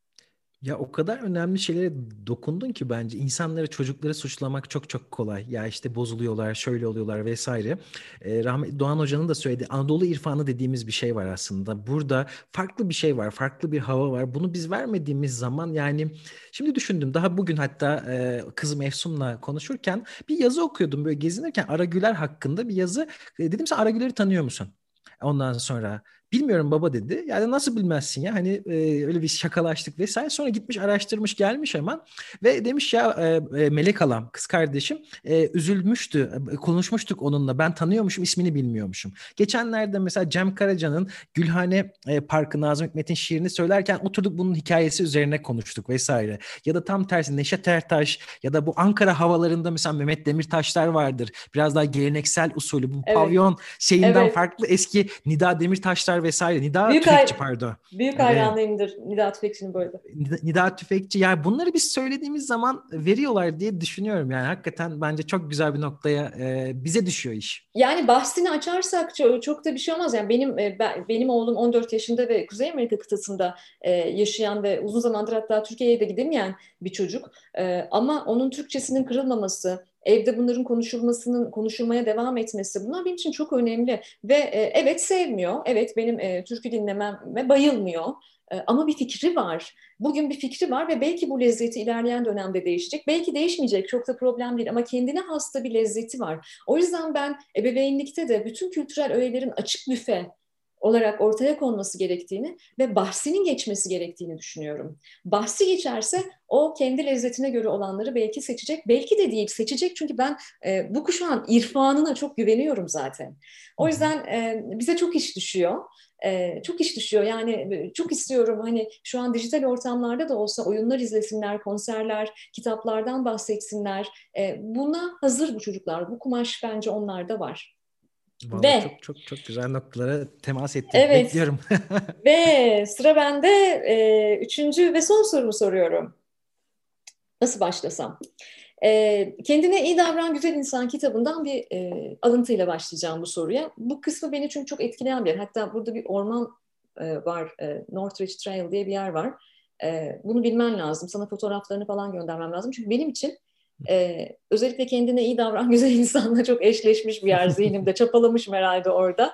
Ya o kadar önemli şeylere dokundun ki bence insanları, çocukları suçlamak çok çok kolay. Ya işte bozuluyorlar, şöyle oluyorlar vesaire. Rahmetli Doğan Hoca'nın da söylediği Anadolu irfanı dediğimiz bir şey var aslında. Burada farklı bir şey var, farklı bir hava var. Bunu biz vermediğimiz zaman yani şimdi düşündüm daha bugün hatta kızım Efsun'la konuşurken bir yazı okuyordum böyle gezinirken Ara Güler hakkında bir yazı. Dedim sen Ara Güler'i tanıyor musun? Ondan sonra bilmiyorum baba dedi. Yani nasıl bilmezsin ya hani öyle bir şakalaştık vesaire. Sonra gitmiş araştırmış gelmiş hemen ve demiş ya Melek halam kız kardeşim üzülmüştü. Konuşmuştuk onunla ben tanıyormuşum ismini bilmiyormuşum. Geçenlerde mesela Cem Karaca'nın Gülhane Parkı Nazım Hikmet'in şiirini söylerken oturduk bunun hikayesi üzerine konuştuk vesaire. Ya da tam tersi Neşet Ertaş ya da bu Ankara havalarında mesela Mehmet Demirtaşlar vardır. Biraz daha geleneksel usulü bu Evet, pavyon şeyinden evet. farklı eski Nida Demirtaşlar vesaire. Nida Büyük Tüfekçi pardon. büyük Evet. hayranıyımdır Nida Tüfekçi'nin bu arada. Nida Tüfekçi. Yani bunları biz söylediğimiz zaman veriyorlar diye düşünüyorum. Yani hakikaten bence çok güzel bir noktaya bize düşüyor iş. Yani bahsini açarsak çok da bir şey olmaz. Yani benim oğlum 14 yaşında ve Kuzey Amerika kıtasında yaşayan ve uzun zamandır hatta Türkiye'ye de gidemeyen bir çocuk. Ama onun Türkçesinin kırılmaması, evde bunların konuşulmaya devam etmesi, bunlar benim için çok önemli. Ve evet sevmiyor, evet benim türkü dinlememe bayılmıyor. Ama bir fikri var. Bugün bir fikri var ve belki bu lezzeti ilerleyen dönemde değişecek. Belki değişmeyecek, çok da problem değil ama kendine has da bir lezzeti var. O yüzden ben ebeveynlikte de bütün kültürel öğelerin açık büfe olarak ortaya konması gerektiğini ve bahsinin geçmesi gerektiğini düşünüyorum. Bahsi geçerse o kendi lezzetine göre olanları belki seçecek, belki de değil seçecek çünkü ben bu kuşağın irfanına çok güveniyorum zaten. Hı O hı. yüzden bize çok iş düşüyor. Çok iş düşüyor yani çok istiyorum hani şu an dijital ortamlarda da olsa oyunlar izlesinler, konserler, kitaplardan bahsetsinler. Buna hazır bu çocuklar. Bu kumaş bence onlarda var. Vallahi Ve çok çok çok güzel noktalara temas ettin. evet Bekliyorum. ve sıra bende üçüncü ve son sorumu soruyorum. Nasıl başlasam? Kendine iyi davran güzel insan kitabından bir alıntıyla başlayacağım bu soruya. Bu kısmı beni çünkü çok etkileyen bir yer. Hatta burada bir orman var. Northridge Trail diye bir yer var. Bunu bilmen lazım. Sana fotoğraflarını falan göndermem lazım. Çünkü benim için özellikle kendine iyi davran güzel insanla çok eşleşmiş bir yer zihnimde. Çapalamışım herhalde orada.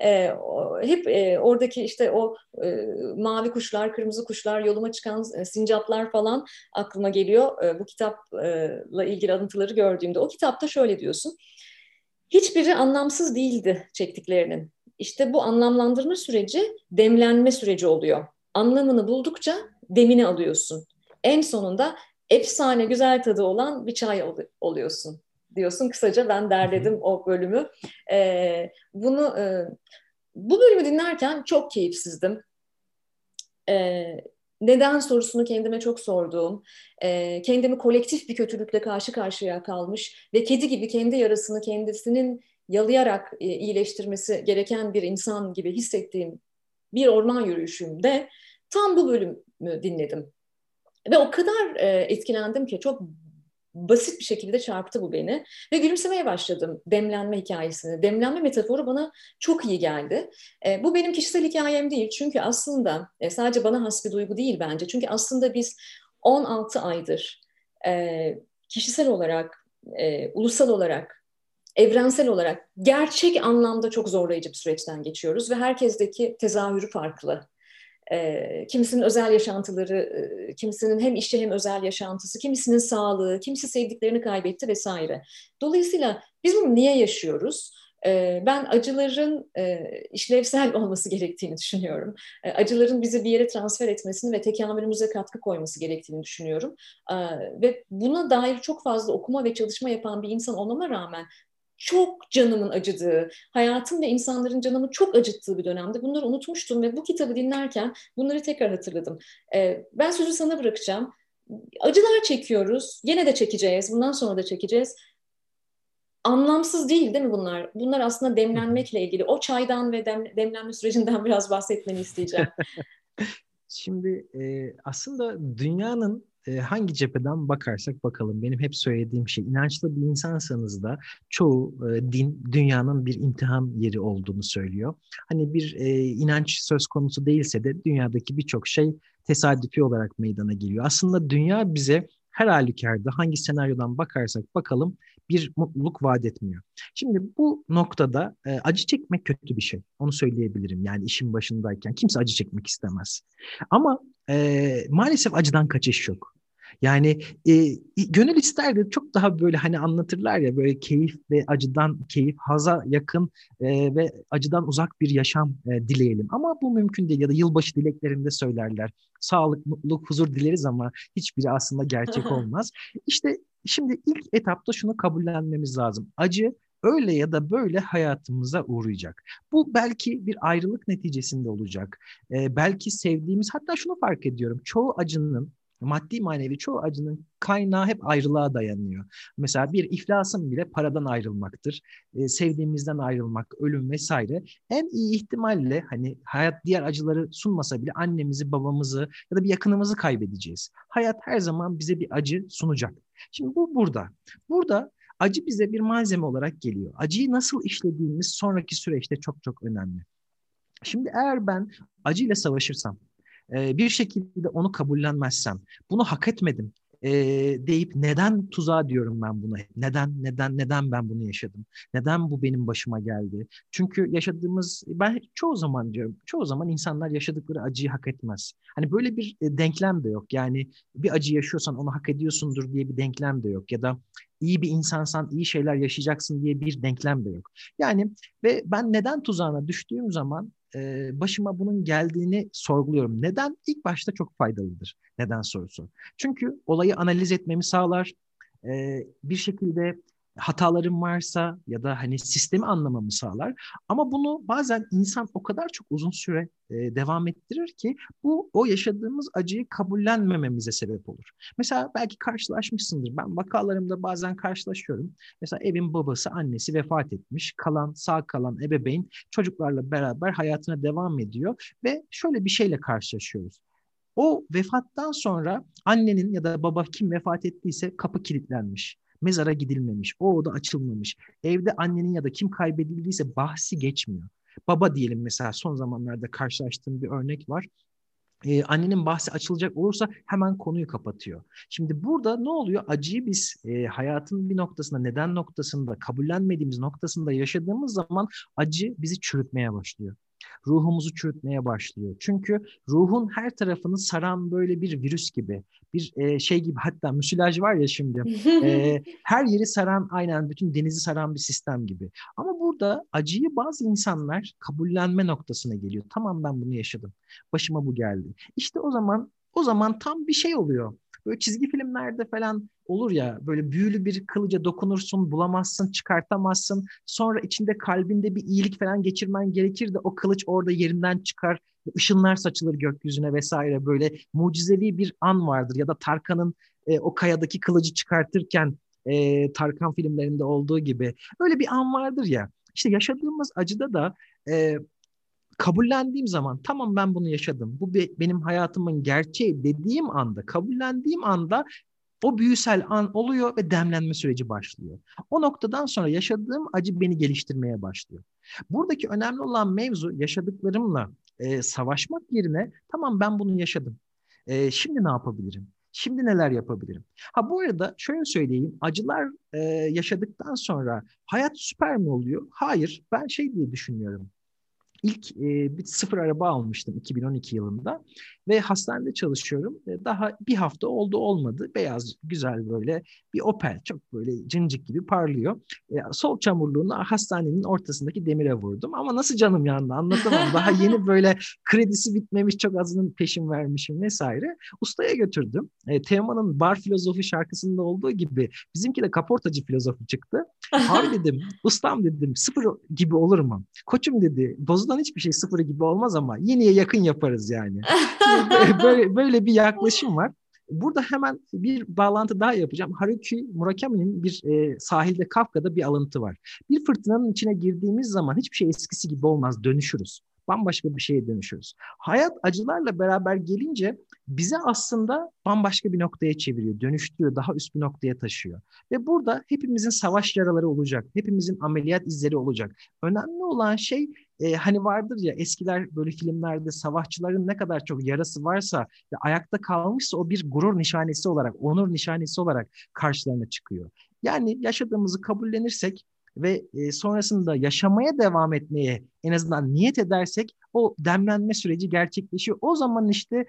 Hep oradaki işte o mavi kuşlar, kırmızı kuşlar, yoluma çıkan sincaplar falan aklıma geliyor bu kitapla ilgili alıntıları gördüğümde. O kitapta şöyle diyorsun. Hiçbiri anlamsız değildi çektiklerinin. İşte bu anlamlandırma süreci demlenme süreci oluyor. Anlamını buldukça demini alıyorsun. En sonunda efsane güzel tadı olan bir çay oluyorsun diyorsun. Kısaca ben Hı hı. derledim o bölümü. Bunu bu bölümü dinlerken çok keyifsizdim. E, Neden sorusunu kendime çok sorduğum, kendimi kolektif bir kötülükle karşı karşıya kalmış ve kedi gibi kendi yarasını kendisinin yalayarak iyileştirmesi gereken bir insan gibi hissettiğim bir orman yürüyüşümde tam bu bölümü dinledim. Ve o kadar etkilendim ki çok basit bir şekilde çarptı bu beni. Ve gülümsemeye başladım demlenme hikayesini. Demlenme metaforu bana çok iyi geldi. Bu benim kişisel hikayem değil. Çünkü aslında sadece bana has bir duygu değil bence. Çünkü aslında biz 16 aydır kişisel olarak, ulusal olarak, evrensel olarak gerçek anlamda çok zorlayıcı bir süreçten geçiyoruz. Ve herkesteki tezahürü farklı. Kimisinin özel yaşantıları, kimisinin hem işçi hem özel yaşantısı, kimisinin sağlığı, kimisi sevdiklerini kaybetti vesaire. Dolayısıyla biz bunu niye yaşıyoruz? Ben acıların işlevsel olması gerektiğini düşünüyorum. Acıların bizi bir yere transfer etmesini ve tekamülümüze katkı koyması gerektiğini düşünüyorum. Ve buna dair çok fazla okuma ve çalışma yapan bir insan olmama rağmen çok canımın acıdığı, hayatım ve insanların canımı çok acıttığı bir dönemde bunları unutmuştum ve bu kitabı dinlerken bunları tekrar hatırladım. Ben sözü sana bırakacağım. Acılar çekiyoruz, yine de çekeceğiz, bundan sonra da çekeceğiz. Anlamsız değil mi bunlar? Bunlar aslında demlenmekle ilgili. O çaydan ve demlenme sürecinden biraz bahsetmeni isteyeceğim. Şimdi aslında dünyanın hangi cepheden bakarsak bakalım, benim hep söylediğim şey, inançlı bir insansanız da çoğu din dünyanın bir imtihan yeri olduğunu söylüyor. Hani bir inanç söz konusu değilse de dünyadaki birçok şey tesadüfi olarak meydana geliyor. Aslında dünya bize her halükarda hangi senaryodan bakarsak bakalım bir mutluluk vaat etmiyor. Şimdi bu noktada acı çekmek kötü bir şey. Onu söyleyebilirim. Yani işin başındayken kimse acı çekmek istemez. Ama maalesef acıdan kaçış yok. Yani gönül isterdi çok daha böyle, hani anlatırlar ya, böyle keyif ve acıdan keyif, haza yakın ve acıdan uzak bir yaşam dileyelim. Ama bu mümkün değil, ya da yılbaşı dileklerinde söylerler. Sağlık, mutluluk, huzur dileriz ama hiçbiri aslında gerçek olmaz. İşte şimdi ilk etapta şunu kabullenmemiz lazım. Acı öyle ya da böyle hayatımıza uğrayacak. Bu belki bir ayrılık neticesinde olacak. Belki sevdiğimiz, hatta şunu fark ediyorum. Çoğu acının, maddi manevi çoğu acının kaynağı hep ayrılığa dayanıyor. Mesela bir iflasın bile paradan ayrılmaktır. Sevdiğimizden ayrılmak, ölüm vesaire. En iyi ihtimalle hani hayat diğer acıları sunmasa bile annemizi, babamızı ya da bir yakınımızı kaybedeceğiz. Hayat her zaman bize bir acı sunacak. Şimdi bu burada. Burada acı bize bir malzeme olarak geliyor. Acıyı nasıl işlediğimiz sonraki süreçte çok çok önemli. Şimdi eğer ben acıyla savaşırsam, bir şekilde onu kabullenmezsem, bunu hak etmedim deyip neden tuzağa diyorum ben buna? Neden ben bunu yaşadım? Neden bu benim başıma geldi? Çünkü yaşadığımız, ben çoğu zaman diyorum, çoğu zaman insanlar yaşadıkları acıyı hak etmez. Hani böyle bir denklem de yok. Yani bir acı yaşıyorsan onu hak ediyorsundur diye bir denklem de yok. Ya da iyi bir insansan iyi şeyler yaşayacaksın diye bir denklem de yok. Yani ve ben neden tuzağına düştüğüm zaman başıma bunun geldiğini sorguluyorum. Neden? İlk başta çok faydalıdır. Neden sorusu. Çünkü olayı analiz etmemi sağlar. Bir şekilde hatalarım varsa ya da hani sistemi anlamamı sağlar. Ama bunu bazen insan o kadar çok uzun süre devam ettirir ki bu o yaşadığımız acıyı kabullenmememize sebep olur. Mesela belki karşılaşmışsındır. Ben vakalarımda bazen karşılaşıyorum. Mesela evin babası, annesi vefat etmiş. Sağ kalan ebeveyn çocuklarla beraber hayatına devam ediyor ve şöyle bir şeyle karşılaşıyoruz. O vefattan sonra annenin ya da baba kim vefat ettiyse kapı kilitlenmiş. Mezara gidilmemiş. O oda açılmamış. Evde annenin ya da kim kaybedildiyse bahsi geçmiyor. Baba diyelim, mesela son zamanlarda karşılaştığım bir örnek var. Annenin bahsi açılacak olursa hemen konuyu kapatıyor. Şimdi burada ne oluyor? Acıyı biz hayatın bir noktasında, neden noktasında, kabullenmediğimiz noktasında yaşadığımız zaman acı bizi çürütmeye başlıyor. Ruhumuzu çürütmeye başlıyor. Çünkü ruhun her tarafını saran böyle bir virüs gibi, bir şey gibi, hatta müsilaj var ya şimdi, her yeri saran, aynen bütün denizi saran bir sistem gibi. Ama burada acıyı bazı insanlar kabullenme noktasına geliyor. Tamam, ben bunu yaşadım. Başıma bu geldi. İşte o zaman tam bir şey oluyor. Böyle çizgi filmlerde falan olur ya, böyle büyülü bir kılıca dokunursun, bulamazsın, çıkartamazsın. Sonra içinde kalbinde bir iyilik falan geçirmen gerekir de o kılıç orada yerinden çıkar. Işınlar saçılır gökyüzüne vesaire, böyle mucizevi bir an vardır. Ya da Tarkan'ın o kayadaki kılıcı çıkartırken Tarkan filmlerinde olduğu gibi öyle bir an vardır ya. İşte yaşadığımız acıda da e, kabullendiğim zaman, tamam ben bunu yaşadım, bu benim hayatımın gerçeği dediğim anda, kabullendiğim anda o büyüsel an oluyor ve demlenme süreci başlıyor. O noktadan sonra yaşadığım acı beni geliştirmeye başlıyor. Buradaki önemli olan mevzu, yaşadıklarımla savaşmak yerine tamam ben bunu yaşadım. Şimdi ne yapabilirim? Şimdi neler yapabilirim? Ha, bu arada şöyle söyleyeyim. Acılar yaşadıktan sonra hayat süper mi oluyor? Hayır. Ben şey diye düşünüyorum. İlk bir sıfır araba almıştım 2012 yılında ve hastanede çalışıyorum. Daha bir hafta oldu olmadı. Beyaz, güzel böyle bir Opel. Çok böyle cincik gibi parlıyor. Sol çamurluğunu hastanenin ortasındaki demire vurdum. Ama nasıl canım yandı anlatamam. Daha yeni böyle kredisi bitmemiş, çok azının peşin vermişim vesaire. Ustaya götürdüm. Teoman'ın Bar Filozofi şarkısında olduğu gibi bizimki de kaportacı filozofu çıktı. Abi dedim, ustam dedim, sıfır gibi olur mu? Koçum dedi, bozulan hiçbir şey sıfır gibi olmaz ama yeniye yakın yaparız yani. Şimdi böyle bir yaklaşım var. Burada hemen bir bağlantı daha yapacağım. Haruki Murakami'nin bir Sahilde Kafka'da bir alıntı var. Bir fırtınanın içine girdiğimiz zaman hiçbir şey eskisi gibi olmaz, dönüşürüz. Bambaşka bir şeye dönüşürüz. Hayat acılarla beraber gelince bize aslında bambaşka bir noktaya çeviriyor, dönüştürüyor, daha üst bir noktaya taşıyor. Ve burada hepimizin savaş yaraları olacak, hepimizin ameliyat izleri olacak. Önemli olan şey hani vardır ya eskiler böyle filmlerde savaşçıların ne kadar çok yarası varsa ve ayakta kalmışsa o bir gurur nişanesi olarak, onur nişanesi olarak karşılarına çıkıyor. Yani yaşadığımızı kabullenirsek ve sonrasında yaşamaya devam etmeye en azından niyet edersek o demlenme süreci gerçekleşiyor. O zaman işte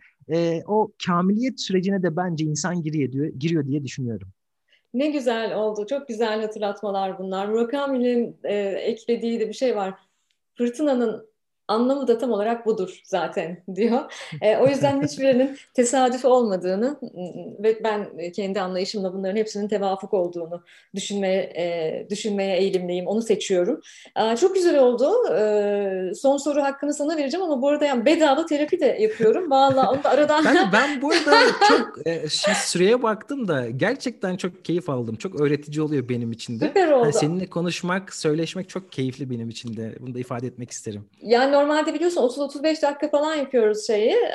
o kamiliyet sürecine de bence insan giriyor diye düşünüyorum. Ne güzel oldu. Çok güzel hatırlatmalar bunlar. Murakami'nin eklediği de bir şey var. Fırtınanın anlamı da tam olarak budur zaten diyor. O yüzden hiçbirinin tesadüf olmadığını ve ben kendi anlayışımla bunların hepsinin tevafuk olduğunu düşünmeye eğilimliyim. Onu seçiyorum. Çok güzel oldu. Son soru hakkını sana vereceğim ama bu arada yani bedava terapi de yapıyorum. Vallahi onu da aradan... Ben bu arada çok şimdi süreye baktım da gerçekten çok keyif aldım. Çok öğretici oluyor benim için de. Süper Hani oldu. seninle konuşmak, söyleşmek çok keyifli benim için de. Bunu da ifade etmek isterim. Yani normalde biliyorsun 30-35 dakika falan yapıyoruz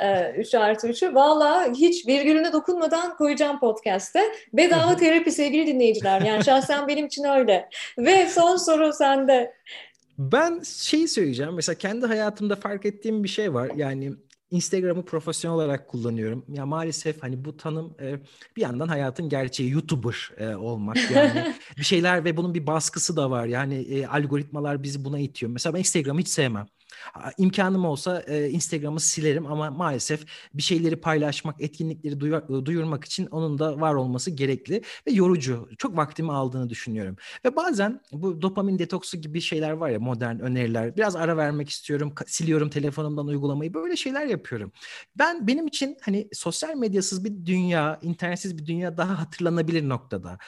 3+3'ü. Valla hiç virgülüne dokunmadan koyacağım podcast'te. Bedava terapi sevgili dinleyiciler. Yani şahsen benim için öyle. Ve son soru sende. Ben şeyi söyleyeceğim. Mesela kendi hayatımda fark ettiğim bir şey var. Yani Instagram'ı profesyonel olarak kullanıyorum. Ya maalesef hani bu tanım bir yandan hayatın gerçeği YouTuber olmak. Yani bir şeyler ve bunun bir baskısı da var. Yani algoritmalar bizi buna itiyor. Mesela ben Instagram'ı hiç sevmem. İmkanım olsa Instagram'ı silerim ama maalesef bir şeyleri paylaşmak, etkinlikleri duyurmak için onun da var olması gerekli ve yorucu. Çok vaktimi aldığını düşünüyorum. Ve bazen bu dopamin detoksu gibi şeyler var ya, modern öneriler. Biraz ara vermek istiyorum, siliyorum telefonumdan uygulamayı. Böyle şeyler yapıyorum. Benim için hani sosyal medyasız bir dünya, internetsiz bir dünya daha hatırlanabilir noktada.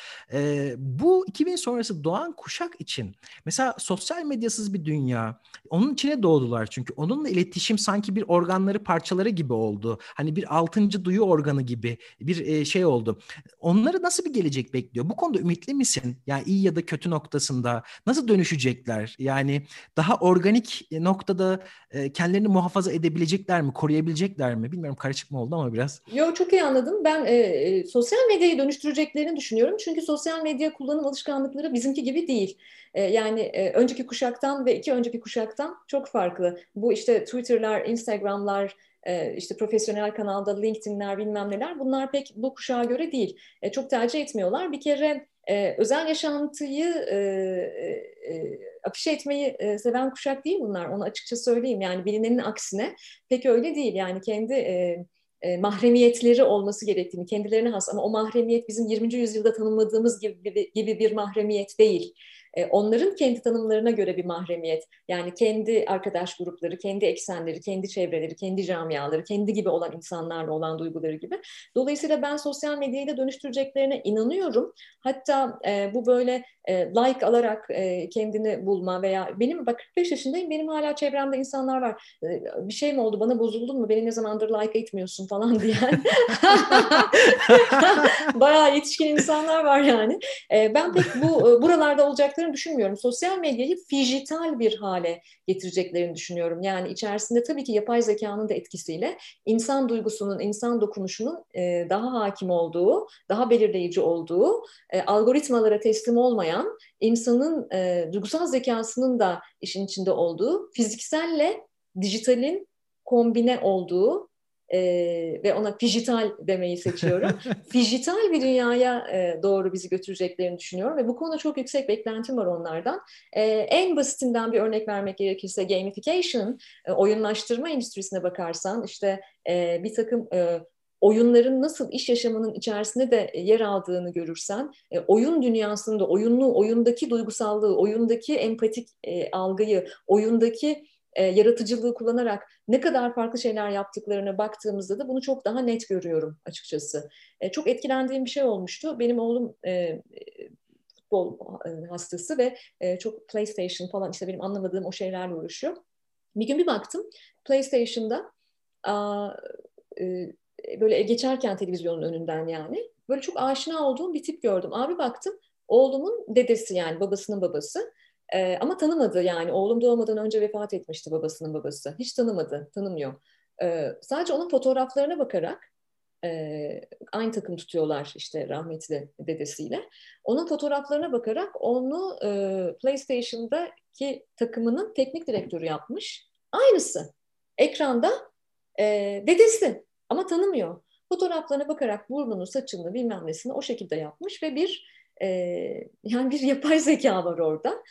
Bu 2000 sonrası doğan kuşak için mesela sosyal medyasız bir dünya, onun içine doğdular çünkü. Onunla iletişim sanki bir organları parçaları gibi oldu. Hani bir altıncı duyu organı gibi bir şey oldu. Onları nasıl bir gelecek bekliyor? Bu konuda ümitli misin? Yani iyi ya da kötü noktasında nasıl dönüşecekler? Yani daha organik noktada kendilerini muhafaza edebilecekler mi? Koruyabilecekler mi? Bilmiyorum, karışık mı oldu ama biraz. Yo, çok iyi anladım. Ben sosyal medyayı dönüştüreceklerini düşünüyorum. Çünkü sosyal medya kullanım alışkanlıkları bizimki gibi değil. Yani önceki kuşaktan ve iki önceki kuşaktan çok farklı. Bu işte Twitter'lar, Instagram'lar, işte profesyonel kanalda LinkedIn'ler bilmem neler bunlar pek bu kuşağa göre değil. Çok tercih etmiyorlar. Bir kere özel yaşantıyı afişe etmeyi seven kuşak değil bunlar. Onu açıkça söyleyeyim. Yani bilinenin aksine pek öyle değil. Yani kendi mahremiyetleri olması gerektiğini, kendilerine has ama o mahremiyet bizim 20. yüzyılda tanımladığımız gibi bir mahremiyet değil. Onların kendi tanımlarına göre bir mahremiyet. Yani kendi arkadaş grupları, kendi eksenleri, kendi çevreleri, kendi camiaları, kendi gibi olan insanlarla olan duyguları gibi. Dolayısıyla ben sosyal medyayı da dönüştüreceklerine inanıyorum. Hatta bu böyle like alarak kendini bulma veya benim bak 45 yaşındayım, benim hala çevremde insanlar var. Bir şey mi oldu, bana bozuldun mu, beni ne zamandır like etmiyorsun falan diyen bayağı yetişkin insanlar var yani. Ben pek buralarda olacaklarını yapacaklarını düşünmüyorum. Sosyal medyayı fijital bir hale getireceklerini düşünüyorum. Yani içerisinde tabii ki yapay zekanın da etkisiyle insan duygusunun, insan dokunuşunun daha hakim olduğu, daha belirleyici olduğu, algoritmalara teslim olmayan, insanın duygusal zekasının da işin içinde olduğu, fizikselle dijitalin kombine olduğu ve ona fijital demeyi seçiyorum. Fijital bir dünyaya doğru bizi götüreceklerini düşünüyorum ve bu konuda çok yüksek beklentim var onlardan. En basitinden bir örnek vermek gerekirse gamification, oyunlaştırma endüstrisine bakarsan işte bir takım oyunların nasıl iş yaşamının içerisinde de yer aldığını görürsen, oyun dünyasında oyundaki duygusallığı, oyundaki empatik algıyı, oyundaki yaratıcılığı kullanarak ne kadar farklı şeyler yaptıklarına baktığımızda da bunu çok daha net görüyorum açıkçası. Çok etkilendiğim bir şey olmuştu. Benim oğlum futbol hastası ve çok PlayStation falan işte benim anlamadığım o şeylerle uğraşıyor. Bir gün bir baktım PlayStation'da böyle geçerken televizyonun önünden yani böyle çok aşina olduğum bir tip gördüm. Abi baktım oğlumun dedesi yani babasının babası. Ama tanımadı yani oğlum doğmadan önce vefat etmişti babasının babası. Hiç tanımadı, tanımıyor. Sadece onun fotoğraflarına bakarak aynı takım tutuyorlar işte rahmetli dedesiyle. Onun fotoğraflarına bakarak onu PlayStation'daki takımının teknik direktörü yapmış. Aynısı. Ekranda dedesi ama tanımıyor. Fotoğraflarına bakarak burnunu, saçını, bilmem nesini o şekilde yapmış ve yani bir yapay zeka var orada.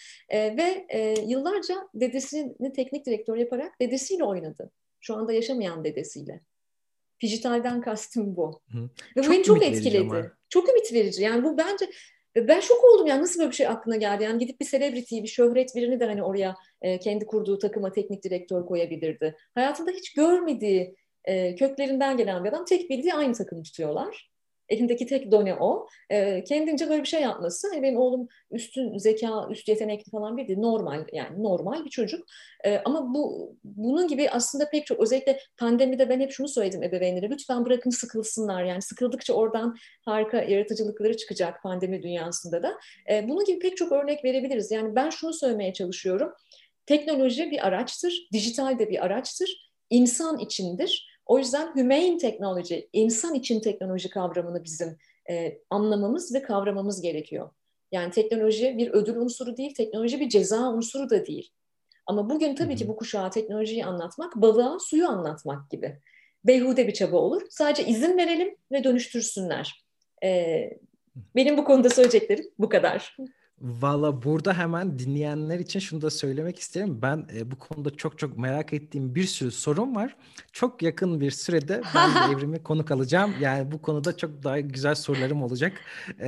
Yıllarca dedesini teknik direktör yaparak dedesiyle oynadı. Şu anda yaşamayan dedesiyle. Dijitalden kastım bu. Hı. Ve bu beni Çok çok ümit verici etkiledi. ama. Çok ümit verici. Yani bu bence ben şok oldum yani nasıl böyle bir şey aklına geldi? Yani gidip bir celebrity, bir şöhret birini de hani oraya kendi kurduğu takıma teknik direktör koyabilirdi. Hayatında hiç görmediği köklerinden gelen bir adam tek bildiği aynı takımı tutuyorlar. Elindeki tek done o. Kendince böyle bir şey yapması. Hani benim oğlum üstün zeka, üst yetenekli falan bir değil. Normal yani normal bir çocuk. Ama bunun gibi aslında pek çok özellikle pandemide ben hep şunu söyledim ebeveynlere. Lütfen bırakın sıkılsınlar. Yani sıkıldıkça oradan harika yaratıcılıkları çıkacak pandemi dünyasında da. Bunun gibi pek çok örnek verebiliriz. Yani ben şunu söylemeye çalışıyorum. Teknoloji bir araçtır. Dijital de bir araçtır. İnsan içindir. O yüzden humane teknoloji, insan için teknoloji kavramını bizim anlamamız ve kavramamız gerekiyor. Yani teknoloji bir ödül unsuru değil, teknoloji bir ceza unsuru da değil. Ama bugün Hı tabii ki hı. bu kuşağa teknolojiyi anlatmak, balığa suyu anlatmak gibi. Beyhude bir çaba olur. Sadece izin verelim ve dönüştürsünler. Ee, Benim bu konuda söyleyeceklerim bu kadar. Valla burada hemen dinleyenler için şunu da söylemek isterim. Ben bu konuda çok çok merak ettiğim bir sürü sorun var. Çok yakın bir sürede ben de Evrim'i konuk alacağım. Yani bu konuda çok daha güzel sorularım olacak.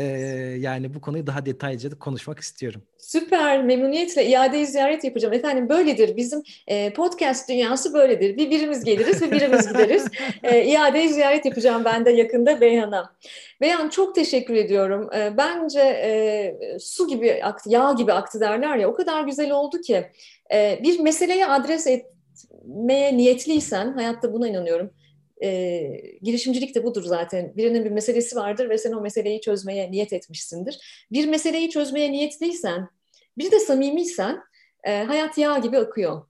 Yani bu konuyu daha detaylıca da konuşmak istiyorum. Süper, memnuniyetle iade ziyaret yapacağım. Efendim böyledir. Bizim podcast dünyası böyledir. Bir birimiz geliriz ve birimiz gideriz. İade ziyaret yapacağım ben de yakında Beyhan'a. Beyhan çok teşekkür ediyorum. Bence su gibi aktı, yağ gibi aktı derler ya. O kadar güzel oldu ki. Bir meseleye adres etmeye niyetliysen, hayatta buna inanıyorum. Girişimcilik de budur zaten. Birinin bir meselesi vardır ve sen o meseleyi çözmeye niyet etmişsindir. Bir meseleyi çözmeye niyetliysen, bir de samimiysen hayat yağ gibi akıyor.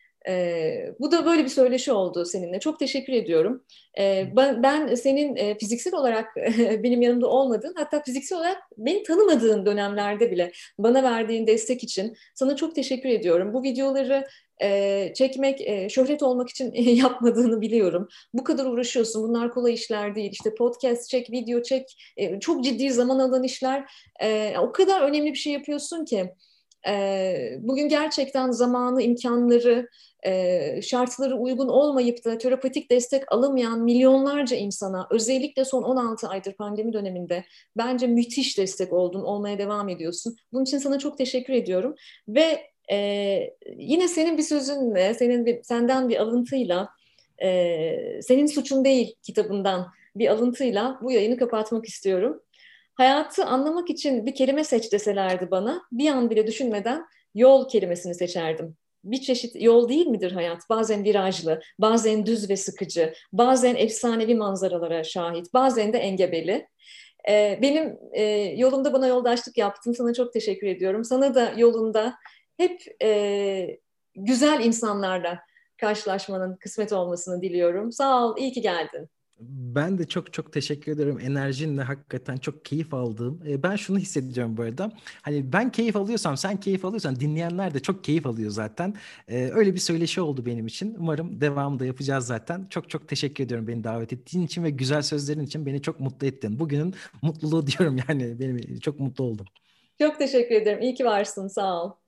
Bu da böyle bir söyleşi oldu seninle. Çok teşekkür ediyorum. Ben senin fiziksel olarak benim yanımda olmadığın, hatta fiziksel olarak beni tanımadığın dönemlerde bile bana verdiğin destek için sana çok teşekkür ediyorum. Bu videoları çekmek, şöhret olmak için yapmadığını biliyorum. Bu kadar uğraşıyorsun. Bunlar kolay işler değil. İşte podcast çek, video çek, çok ciddi zaman alan işler. O kadar önemli bir şey yapıyorsun ki. Bugün gerçekten zamanı, imkanları, şartları uygun olmayıp da terapatik destek alamayan milyonlarca insana özellikle son 16 aydır pandemi döneminde bence müthiş destek oldun, olmaya devam ediyorsun. Bunun için sana çok teşekkür ediyorum ve yine senin bir sözünle, senden bir alıntıyla, Senin Suçun Değil kitabından bir alıntıyla bu yayını kapatmak istiyorum. Hayatı anlamak için bir kelime seç deselerdi bana, bir an bile düşünmeden yol kelimesini seçerdim. Bir çeşit yol değil midir hayat? Bazen virajlı, bazen düz ve sıkıcı, bazen efsanevi manzaralara şahit, bazen de engebeli. Benim yolumda bana yoldaşlık yaptın. Sana çok teşekkür ediyorum. Sana da yolunda hep güzel insanlarla karşılaşmanın kısmet olmasını diliyorum. Sağ ol, iyi ki geldin. Ben de çok çok teşekkür ederim. Enerjinle hakikaten çok keyif aldım. Ben şunu hissediyorum bu arada. Hani ben keyif alıyorsam, sen keyif alıyorsan dinleyenler de çok keyif alıyor zaten. Öyle bir söyleşi oldu benim için. Umarım devamını da yapacağız zaten. Çok çok teşekkür ediyorum beni davet ettiğin için ve güzel sözlerin için beni çok mutlu ettin. Bugünün mutluluğu diyorum yani benim çok mutlu oldum. Çok teşekkür ederim. İyi ki varsın. Sağ ol.